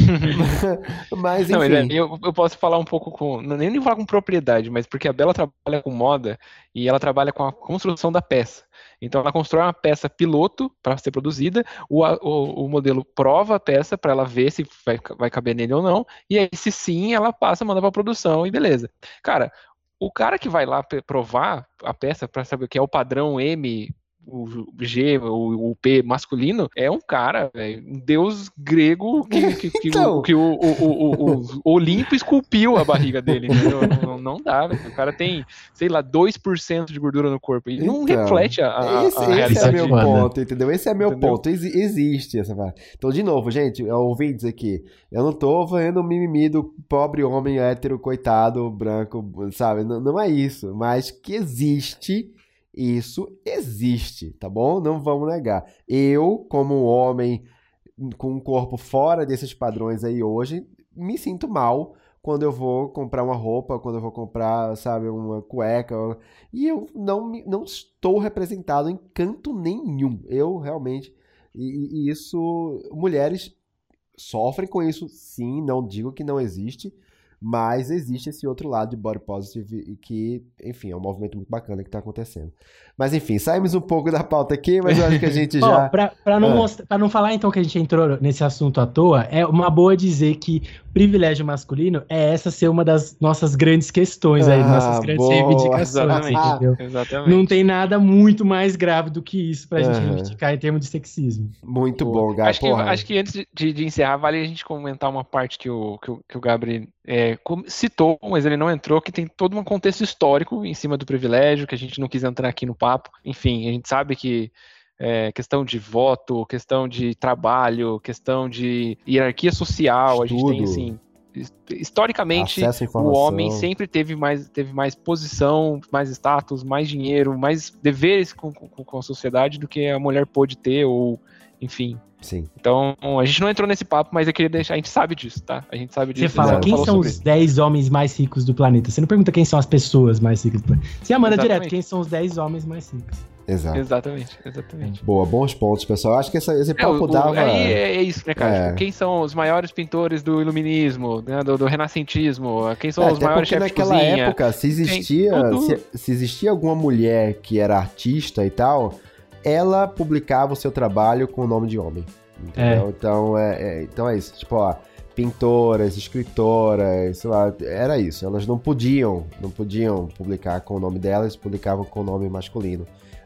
Mas, enfim. Não, mas é, eu, eu posso falar um pouco com, não, nem nem falar com propriedade, mas porque a Bela trabalha com moda e ela trabalha com a construção da peça. Então ela constrói uma peça piloto para ser produzida, o, o, o modelo prova a peça para ela ver se vai, vai caber nele ou não, e aí se sim, ela passa, manda para produção e beleza. Cara, o cara que vai lá provar a peça para saber o que é o padrão M, o G, o, o P masculino, é um cara, véio, um deus grego que, que, que, Então. o, que o, o, o, o Olimpo esculpiu a barriga dele. Entendeu? Não, não dá, véio. O cara tem, sei lá, dois por cento de gordura no corpo. E não Então, reflete a, a, esse, a esse realidade. é meu foda. ponto, entendeu? Esse é meu Entendeu? ponto. Ex- existe essa parte. Então, de novo, gente, ouvintes aqui, eu não tô vendo o mimimi do pobre homem hétero, coitado, branco, sabe? Não, não é isso. Mas que existe, isso existe, tá bom? Não vamos negar. Eu, como homem com um corpo fora desses padrões aí hoje, me sinto mal quando eu vou comprar uma roupa, quando eu vou comprar, sabe, uma cueca, e eu não, me- não estou representado em canto nenhum. Eu realmente, e, e isso, mulheres sofrem com isso, sim, não digo que não existe, mas existe esse outro lado de body positive e que, enfim, é um movimento muito bacana que está acontecendo. Mas enfim, saímos um pouco da pauta aqui, mas eu acho que a gente Ó, já... pra, pra, não Ah. mostrar, pra não falar então que a gente entrou nesse assunto à toa, é uma boa dizer que privilégio masculino é essa ser uma das nossas grandes questões aí, Ah, nossas grandes boa. reivindicações, Exatamente. entendeu? Exatamente. Não tem nada muito mais grave do que isso pra gente Aham. reivindicar em termos de sexismo. Muito Pô, bom, Gabi. acho que, acho que antes de, de encerrar, vale a gente comentar uma parte que o, que o, que o Gabriel é, com- citou, mas ele não entrou, que tem todo um contexto histórico em cima do privilégio, que a gente não quis entrar aqui no papo. Enfim, a gente sabe que é, questão de voto, questão de trabalho, questão de hierarquia social, a gente tem, Estudo. assim, his- historicamente, Acesso à o informação. homem sempre teve mais, teve mais posição, mais status, mais dinheiro, mais deveres com, com, com a sociedade do que a mulher pôde ter, ou, enfim. Sim. Então, a gente não entrou nesse papo, mas eu queria deixar, a gente sabe disso, tá? A gente sabe disso. Você fala, exato. quem falou são sobre os isso. dez homens mais ricos do planeta? Você não pergunta quem são as pessoas mais ricas do planeta. Você manda Exatamente. direto, quem são os dez homens mais ricos? Exato. Exatamente, exatamente. Boa, bons pontos, pessoal. Acho que essa, esse É, papo o- o- dava... aí é, é isso, né, cara? É. Tipo, quem são os maiores pintores do iluminismo, né, do, do renascentismo? Quem são É, os até maiores porque chefes de naquela cozinha? época, se existia, tudo- se, se existia alguma mulher que era artista e tal, ela publicava o seu trabalho com o nome de homem. Entendeu? Então, é, é, então é isso. Tipo, ó, pintoras, escritoras, sei lá, era isso. Elas não podiam, não podiam publicar com o nome delas, publicavam com o nome masculino.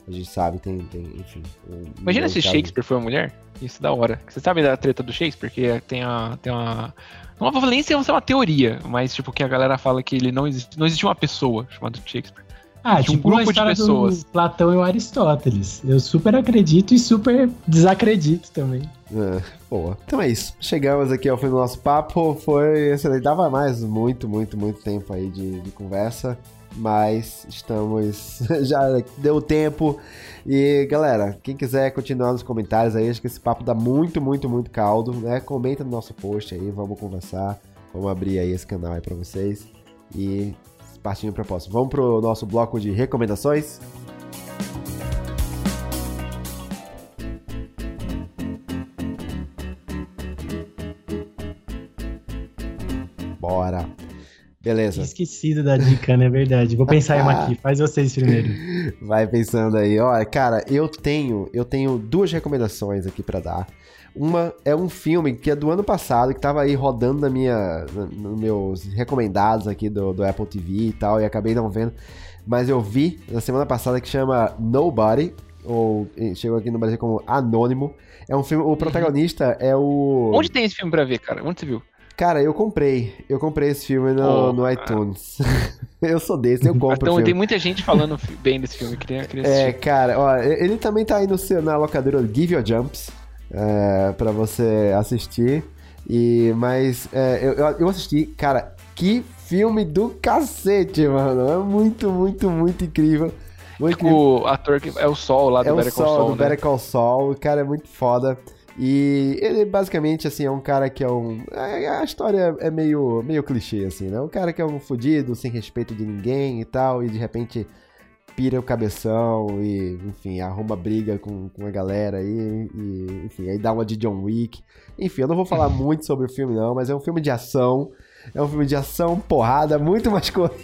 a gente sabe, tem, tem enfim... Um Imagina se caso... Shakespeare foi uma mulher, isso é da hora. Você sabe da treta do Shakespeare? Porque tem, a, tem uma... Uma valência é uma teoria, mas tipo, que a galera fala que ele não existe, não existia uma pessoa chamada Shakespeare. Ah, de um tipo grupo a história de pessoas. do Platão e o Aristóteles. Eu super acredito e super desacredito também. É, boa. Então é isso. Chegamos aqui ao fim do nosso papo. Foi excelente. Dava mais muito, muito, muito tempo aí de, de conversa. Mas estamos... Já deu tempo. E, galera, quem quiser continuar nos comentários aí, acho que esse papo dá muito, muito, muito caldo, né? Comenta no nosso post aí, vamos conversar. Vamos abrir aí esse canal aí pra vocês. E... partindo para o próximo. Vamos pro nosso bloco de recomendações? Bora! Beleza. Esquecido da dica, não é verdade? Vou pensar em uma aqui. Faz vocês primeiro. Vai pensando aí. Olha, cara, eu tenho, eu tenho duas recomendações aqui para dar. Uma é um filme que é do ano passado, que tava aí rodando na minha, nos meus recomendados aqui do, do Apple T V e tal, e acabei não vendo. Mas eu vi na semana passada, que chama Nobody, ou chegou aqui no Brasil como Anônimo. É um filme, o protagonista é o... Onde tem esse filme pra ver, cara? Onde você viu? Cara, eu comprei. Eu comprei esse filme no, Oh, no iTunes. Eu sou desse, eu compro Então filme. tem muita gente falando bem desse filme, queria, queria É, assistir. cara, ó, ele também tá aí no, seu- na locadora Give Your Jumps, é, pra você assistir. E, mas é, eu, eu eu assisti, cara, que filme do cacete, mano. É muito, muito, muito incrível. Muito incrível. O ator que é o Sol lá do É o Better Call Sol, Saul, do né? Better Call Saul, o cara é muito foda. E ele basicamente, assim, é um cara que é um... é- A história é meio, meio clichê, assim, né? Um cara que é um fudido, sem respeito de ninguém e tal, e de repente pira o cabeção e, enfim, arruma briga com, com a galera aí, e, enfim, aí dá uma de John Wick. Enfim, eu não vou falar muito sobre o filme, não, mas é um filme de ação. É um filme de ação, porrada, muito mais corrido.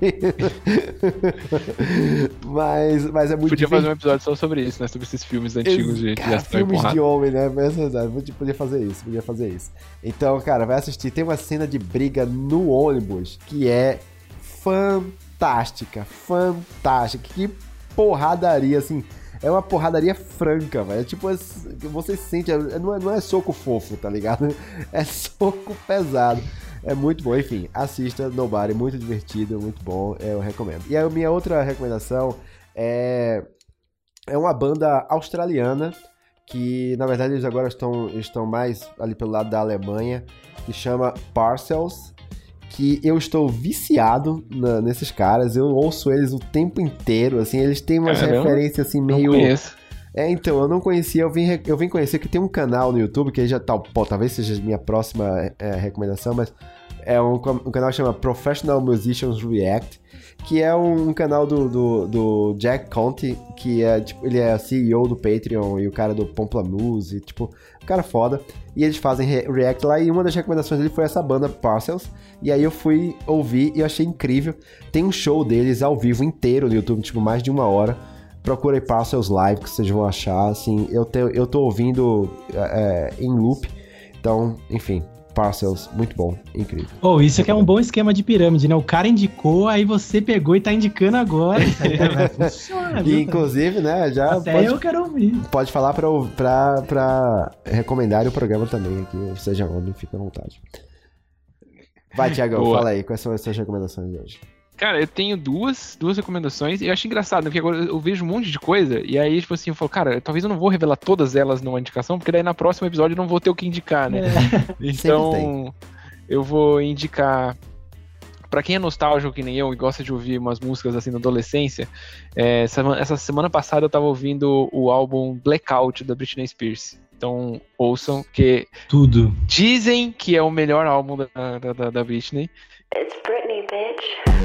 mas, mas é muito Podia fazer um divertido. episódio só sobre isso, né? Sobre esses filmes antigos de, de Cara, ação e filmes porrada. de homem, né? Mas, exato, podia podia fazer isso, podia fazer isso. Então, cara, vai assistir. Tem uma cena de briga no ônibus que é fantástica, fantástica. Que porradaria, assim. É uma porradaria franca, velho. É tipo, você sente, não é, não é soco fofo, tá ligado? É soco pesado. É muito bom, enfim, assista Nobody, muito divertido, muito bom, eu recomendo. E a minha outra recomendação é, é uma banda australiana, que na verdade eles agora estão, estão mais ali pelo lado da Alemanha, que chama Parcels, que eu estou viciado na, nesses caras, eu ouço eles o tempo inteiro, assim, eles têm umas Caramba, referências assim Não meio... conheço. É, então, eu não conhecia, eu vim, eu vim conhecer que tem um canal no YouTube, que aí já tá, pô, talvez seja a minha próxima é, recomendação, mas é um, um canal que chama Professional Musicians React, que é um, um canal do, do, do Jack Conte, que é, tipo, ele é C E O do Patreon e o cara do Pomplamoose, tipo, um cara foda, e eles fazem re react lá, e uma das recomendações dele foi essa banda Parcels, e aí eu fui ouvir e eu achei incrível, tem um show deles ao vivo inteiro no YouTube, tipo, mais de uma hora. Procurem Parcels Live, que vocês vão achar, assim, eu, te, eu tô ouvindo é, em loop, então, enfim, Parcels, muito bom, incrível. Oh, isso aqui é um bom esquema de pirâmide, né? O cara indicou, aí você pegou e tá indicando agora. Isso aí vai funcionar, E, viu? inclusive, né, já Até pode, eu quero ouvir. pode falar pra, pra, pra recomendar o programa também aqui, seja homem, fica à vontade. Vai, Thiagão, Boa. fala aí, quais são as suas recomendações de hoje? Cara, eu tenho duas, duas recomendações e eu acho engraçado, né? Porque agora eu vejo um monte de coisa e aí, tipo assim, eu falo, cara, talvez eu não vou revelar todas elas numa indicação, porque daí na próximo episódio eu não vou ter o que indicar, né? É. Então, eu vou indicar. Pra quem é nostálgico que nem eu e gosta de ouvir umas músicas assim na adolescência, é, essa, essa semana passada eu tava ouvindo o álbum Blackout da Britney Spears. Então, ouçam, que Tudo. dizem que é o melhor álbum da, da, da, da Britney. It's Britney, bitch.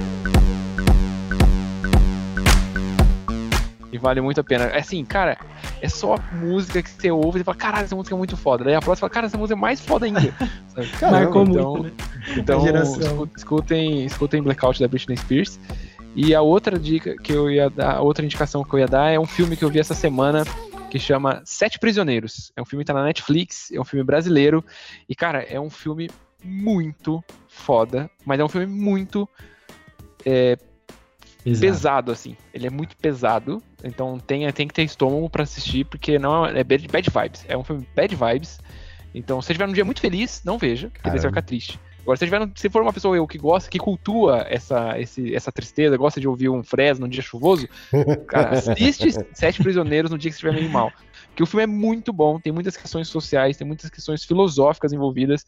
E vale muito a pena. É assim, cara, é só música que você ouve e fala, caralho, essa música é muito foda. Daí a próxima fala, cara, essa música é mais foda ainda. Sabe? Marcou então, muito, né? Então, A geração. escu- escutem, escutem Blackout da Britney Spears. E a outra dica que eu ia dar, a outra indicação que eu ia dar é um filme que eu vi essa semana que chama Sete Prisioneiros. É um filme que tá na Netflix, é um filme brasileiro. E, cara, é um filme muito foda, mas é um filme muito é, Exato. pesado, assim. Ele é muito pesado. Então tem, tem que ter estômago pra assistir, porque não é, é bad, bad vibes. É um filme bad vibes. Então, se você estiver num dia muito feliz, não veja, porque daí você vai ficar triste. Agora, se, tiver, se for uma pessoa eu que gosta, que cultua essa, esse, essa tristeza, gosta de ouvir um Fresno num dia chuvoso, cara, assiste Sete Prisioneiros no dia que você estiver meio mal. Porque o filme é muito bom, tem muitas questões sociais, tem muitas questões filosóficas envolvidas.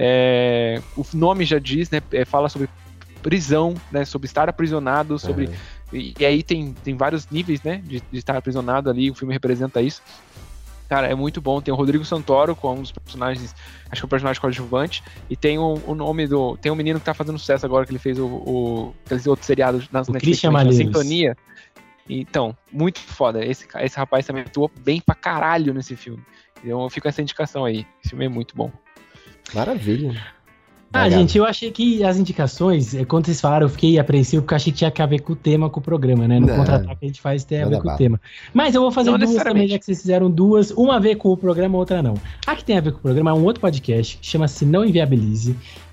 É, o nome já diz, né? É, fala sobre prisão, né? Sobre estar aprisionado, sobre. Uhum. E, e aí tem, tem vários níveis, né? De, de estar aprisionado ali, o filme representa isso. Cara, é muito bom. Tem o Rodrigo Santoro como um dos personagens, acho que é o personagem coadjuvante, e tem o, o nome do... Tem um menino que tá fazendo sucesso agora, que ele fez o, o aquele outro seriado na Netflix, na Sintonia. Então, muito foda. Esse, esse rapaz também atuou bem pra caralho nesse filme. Então eu fico com essa indicação aí. Esse filme é muito bom. Maravilha. Ah, Legal. Gente, eu achei que as indicações, quando vocês falaram, eu fiquei apreensivo porque eu achei que tinha a ver com o tema, com o programa, né? No não, contra-ataque a gente faz tem a ver com o tema. Mas eu vou fazer não duas também, já que vocês fizeram duas. Uma a ver com o programa, outra não. A que tem a ver com o programa é um outro podcast que chama-se Não Inviabilize.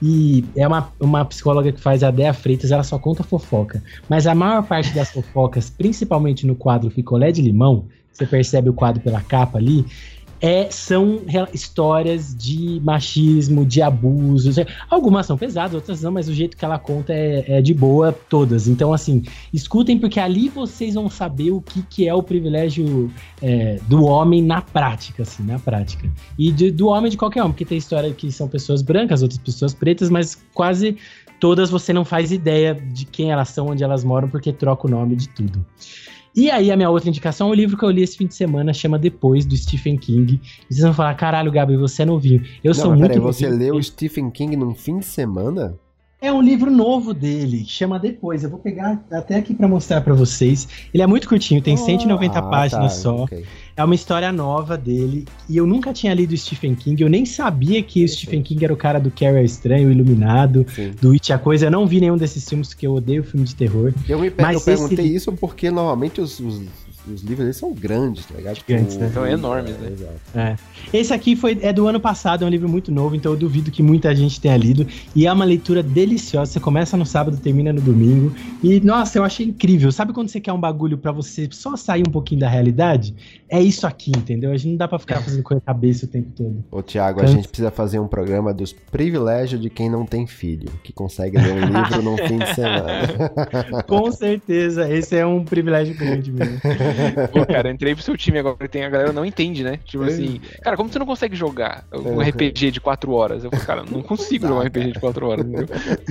E é uma, uma psicóloga que faz a Dea Freitas, ela só conta fofoca. Mas a maior parte das fofocas, principalmente no quadro Picolé de Limão, você percebe o quadro pela capa ali, É, são histórias de machismo, de abusos. Algumas são pesadas, outras não, mas o jeito que ela conta é, é de boa, todas. Então, assim, escutem, porque ali vocês vão saber o que, que é o privilégio é, do homem na prática, assim, na prática. E de, do homem de qualquer homem, porque tem história que são pessoas brancas, outras pessoas pretas, mas quase todas você não faz ideia de quem elas são, onde elas moram, porque troca o nome de tudo. E aí, a minha outra indicação é um livro que eu li esse fim de semana, chama Depois, do Stephen King. E vocês vão falar, caralho, Gabi, você é novinho. Eu não, sou muito peraí, você leu o Stephen King num fim de semana? É um livro novo dele, que chama Depois. Eu vou pegar até aqui pra mostrar pra vocês. Ele é muito curtinho, tem cento e noventa ah, páginas tá, só. Okay. É uma história nova dele. E eu nunca tinha lido o Stephen King. Eu nem sabia que o Stephen King era o cara do Carrie é Estranho, o Iluminado, Sim. do It a Coisa. Eu não vi nenhum desses filmes, porque eu odeio filme de terror. Eu, me per- eu perguntei esse... isso porque normalmente os... os... Os livros eles são grandes, tá ligado? Gigantes, né? São enormes, né? É. Esse aqui foi, é do ano passado, é um livro muito novo, então eu duvido que muita gente tenha lido. E é uma leitura deliciosa. Você começa no sábado, termina no domingo. E, nossa, eu achei incrível. Sabe quando você quer um bagulho pra você só sair um pouquinho da realidade? É isso aqui, entendeu? A gente não dá pra ficar fazendo coisa na cabeça o tempo todo. Ô, Thiago, então... a gente precisa fazer um programa dos privilégios de quem não tem filho, que consegue ler um livro num fim de semana. Com certeza, esse é um privilégio grande mesmo. Pô, cara, eu entrei pro seu time agora, tem a galera não entende, né? Tipo assim, cara, como você não consegue jogar um R P G de quatro horas? Eu falo, cara, não consigo jogar um R P G de quatro horas, entendeu?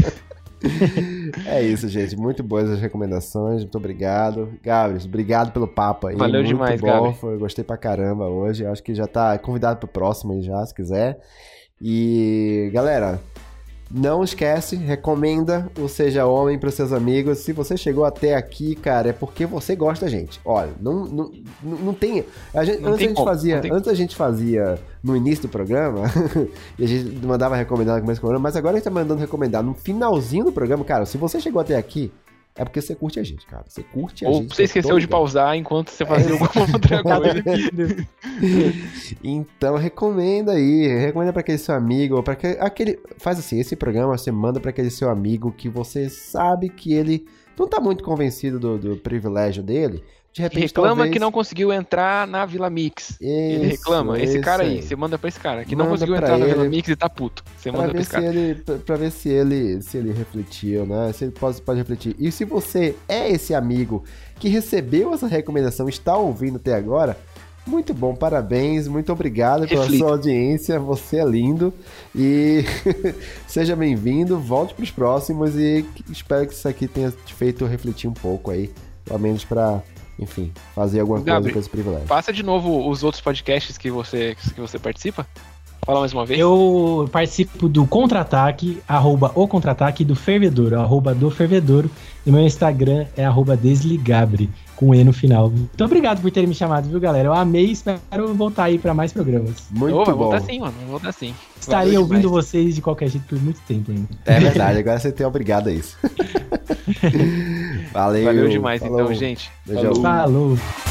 É isso, gente. Muito boas as recomendações. Muito obrigado. Gabriel, obrigado pelo papo aí. Valeu muito demais, bom. Gabriel. Foi, gostei pra caramba hoje. Acho que já tá convidado pro próximo aí já, se quiser. E, galera, não esquece, recomenda o Seja Homem para seus amigos. Se você chegou até aqui, cara, é porque você gosta da gente. Olha, não, não, não tem... A gente, não antes, tem a gente fazia, antes a gente fazia no início do programa, e a gente mandava recomendar no começo do programa, mas agora a gente tá mandando recomendar no finalzinho do programa. Cara, se você chegou até aqui, é porque você curte a gente, cara. Você curte a Ou gente. Ou você esqueceu de pausar enquanto você fazia é. alguma outra coisa. Então, recomenda aí. Recomenda pra aquele seu amigo. Pra que, aquele, faz assim, esse programa você manda pra aquele seu amigo que você sabe que ele não tá muito convencido do, do privilégio dele. De repente, reclama talvez... que não conseguiu entrar na Vila Mix. Isso, ele reclama. Esse cara aí, aí, você manda pra esse cara que manda não conseguiu entrar ele, na Vila Mix e tá puto. Você manda pra esse cara. Ele, pra, pra ver se ele, se ele refletiu, né? Se ele pode, pode refletir. E se você é esse amigo que recebeu essa recomendação, está ouvindo até agora, muito bom, parabéns, muito obrigado pela Reflita. sua audiência, você é lindo. E seja bem-vindo, volte pros próximos e espero que isso aqui tenha te feito refletir um pouco aí, pelo menos pra... Enfim, fazer alguma coisa Gabriel, com esse privilégio. Passa de novo os outros podcasts que você, que você participa. Fala mais uma vez. Eu participo do Contra-Ataque, arroba o Contra-Ataque, do Fervedouro, arroba do Fervedouro. E meu Instagram é arroba Desligabre, com E no final. Muito obrigado por terem me chamado, viu, galera? Eu amei e espero voltar aí pra mais programas. Muito oh, bom. Vou voltar sim, mano. Vou voltar sim. Estarei Valeu ouvindo demais. Vocês de qualquer jeito por muito tempo ainda. É verdade, agora você tem obrigado a isso. Valeu. Valeu demais, Falou. então, gente. Beijão. Falou. Falou.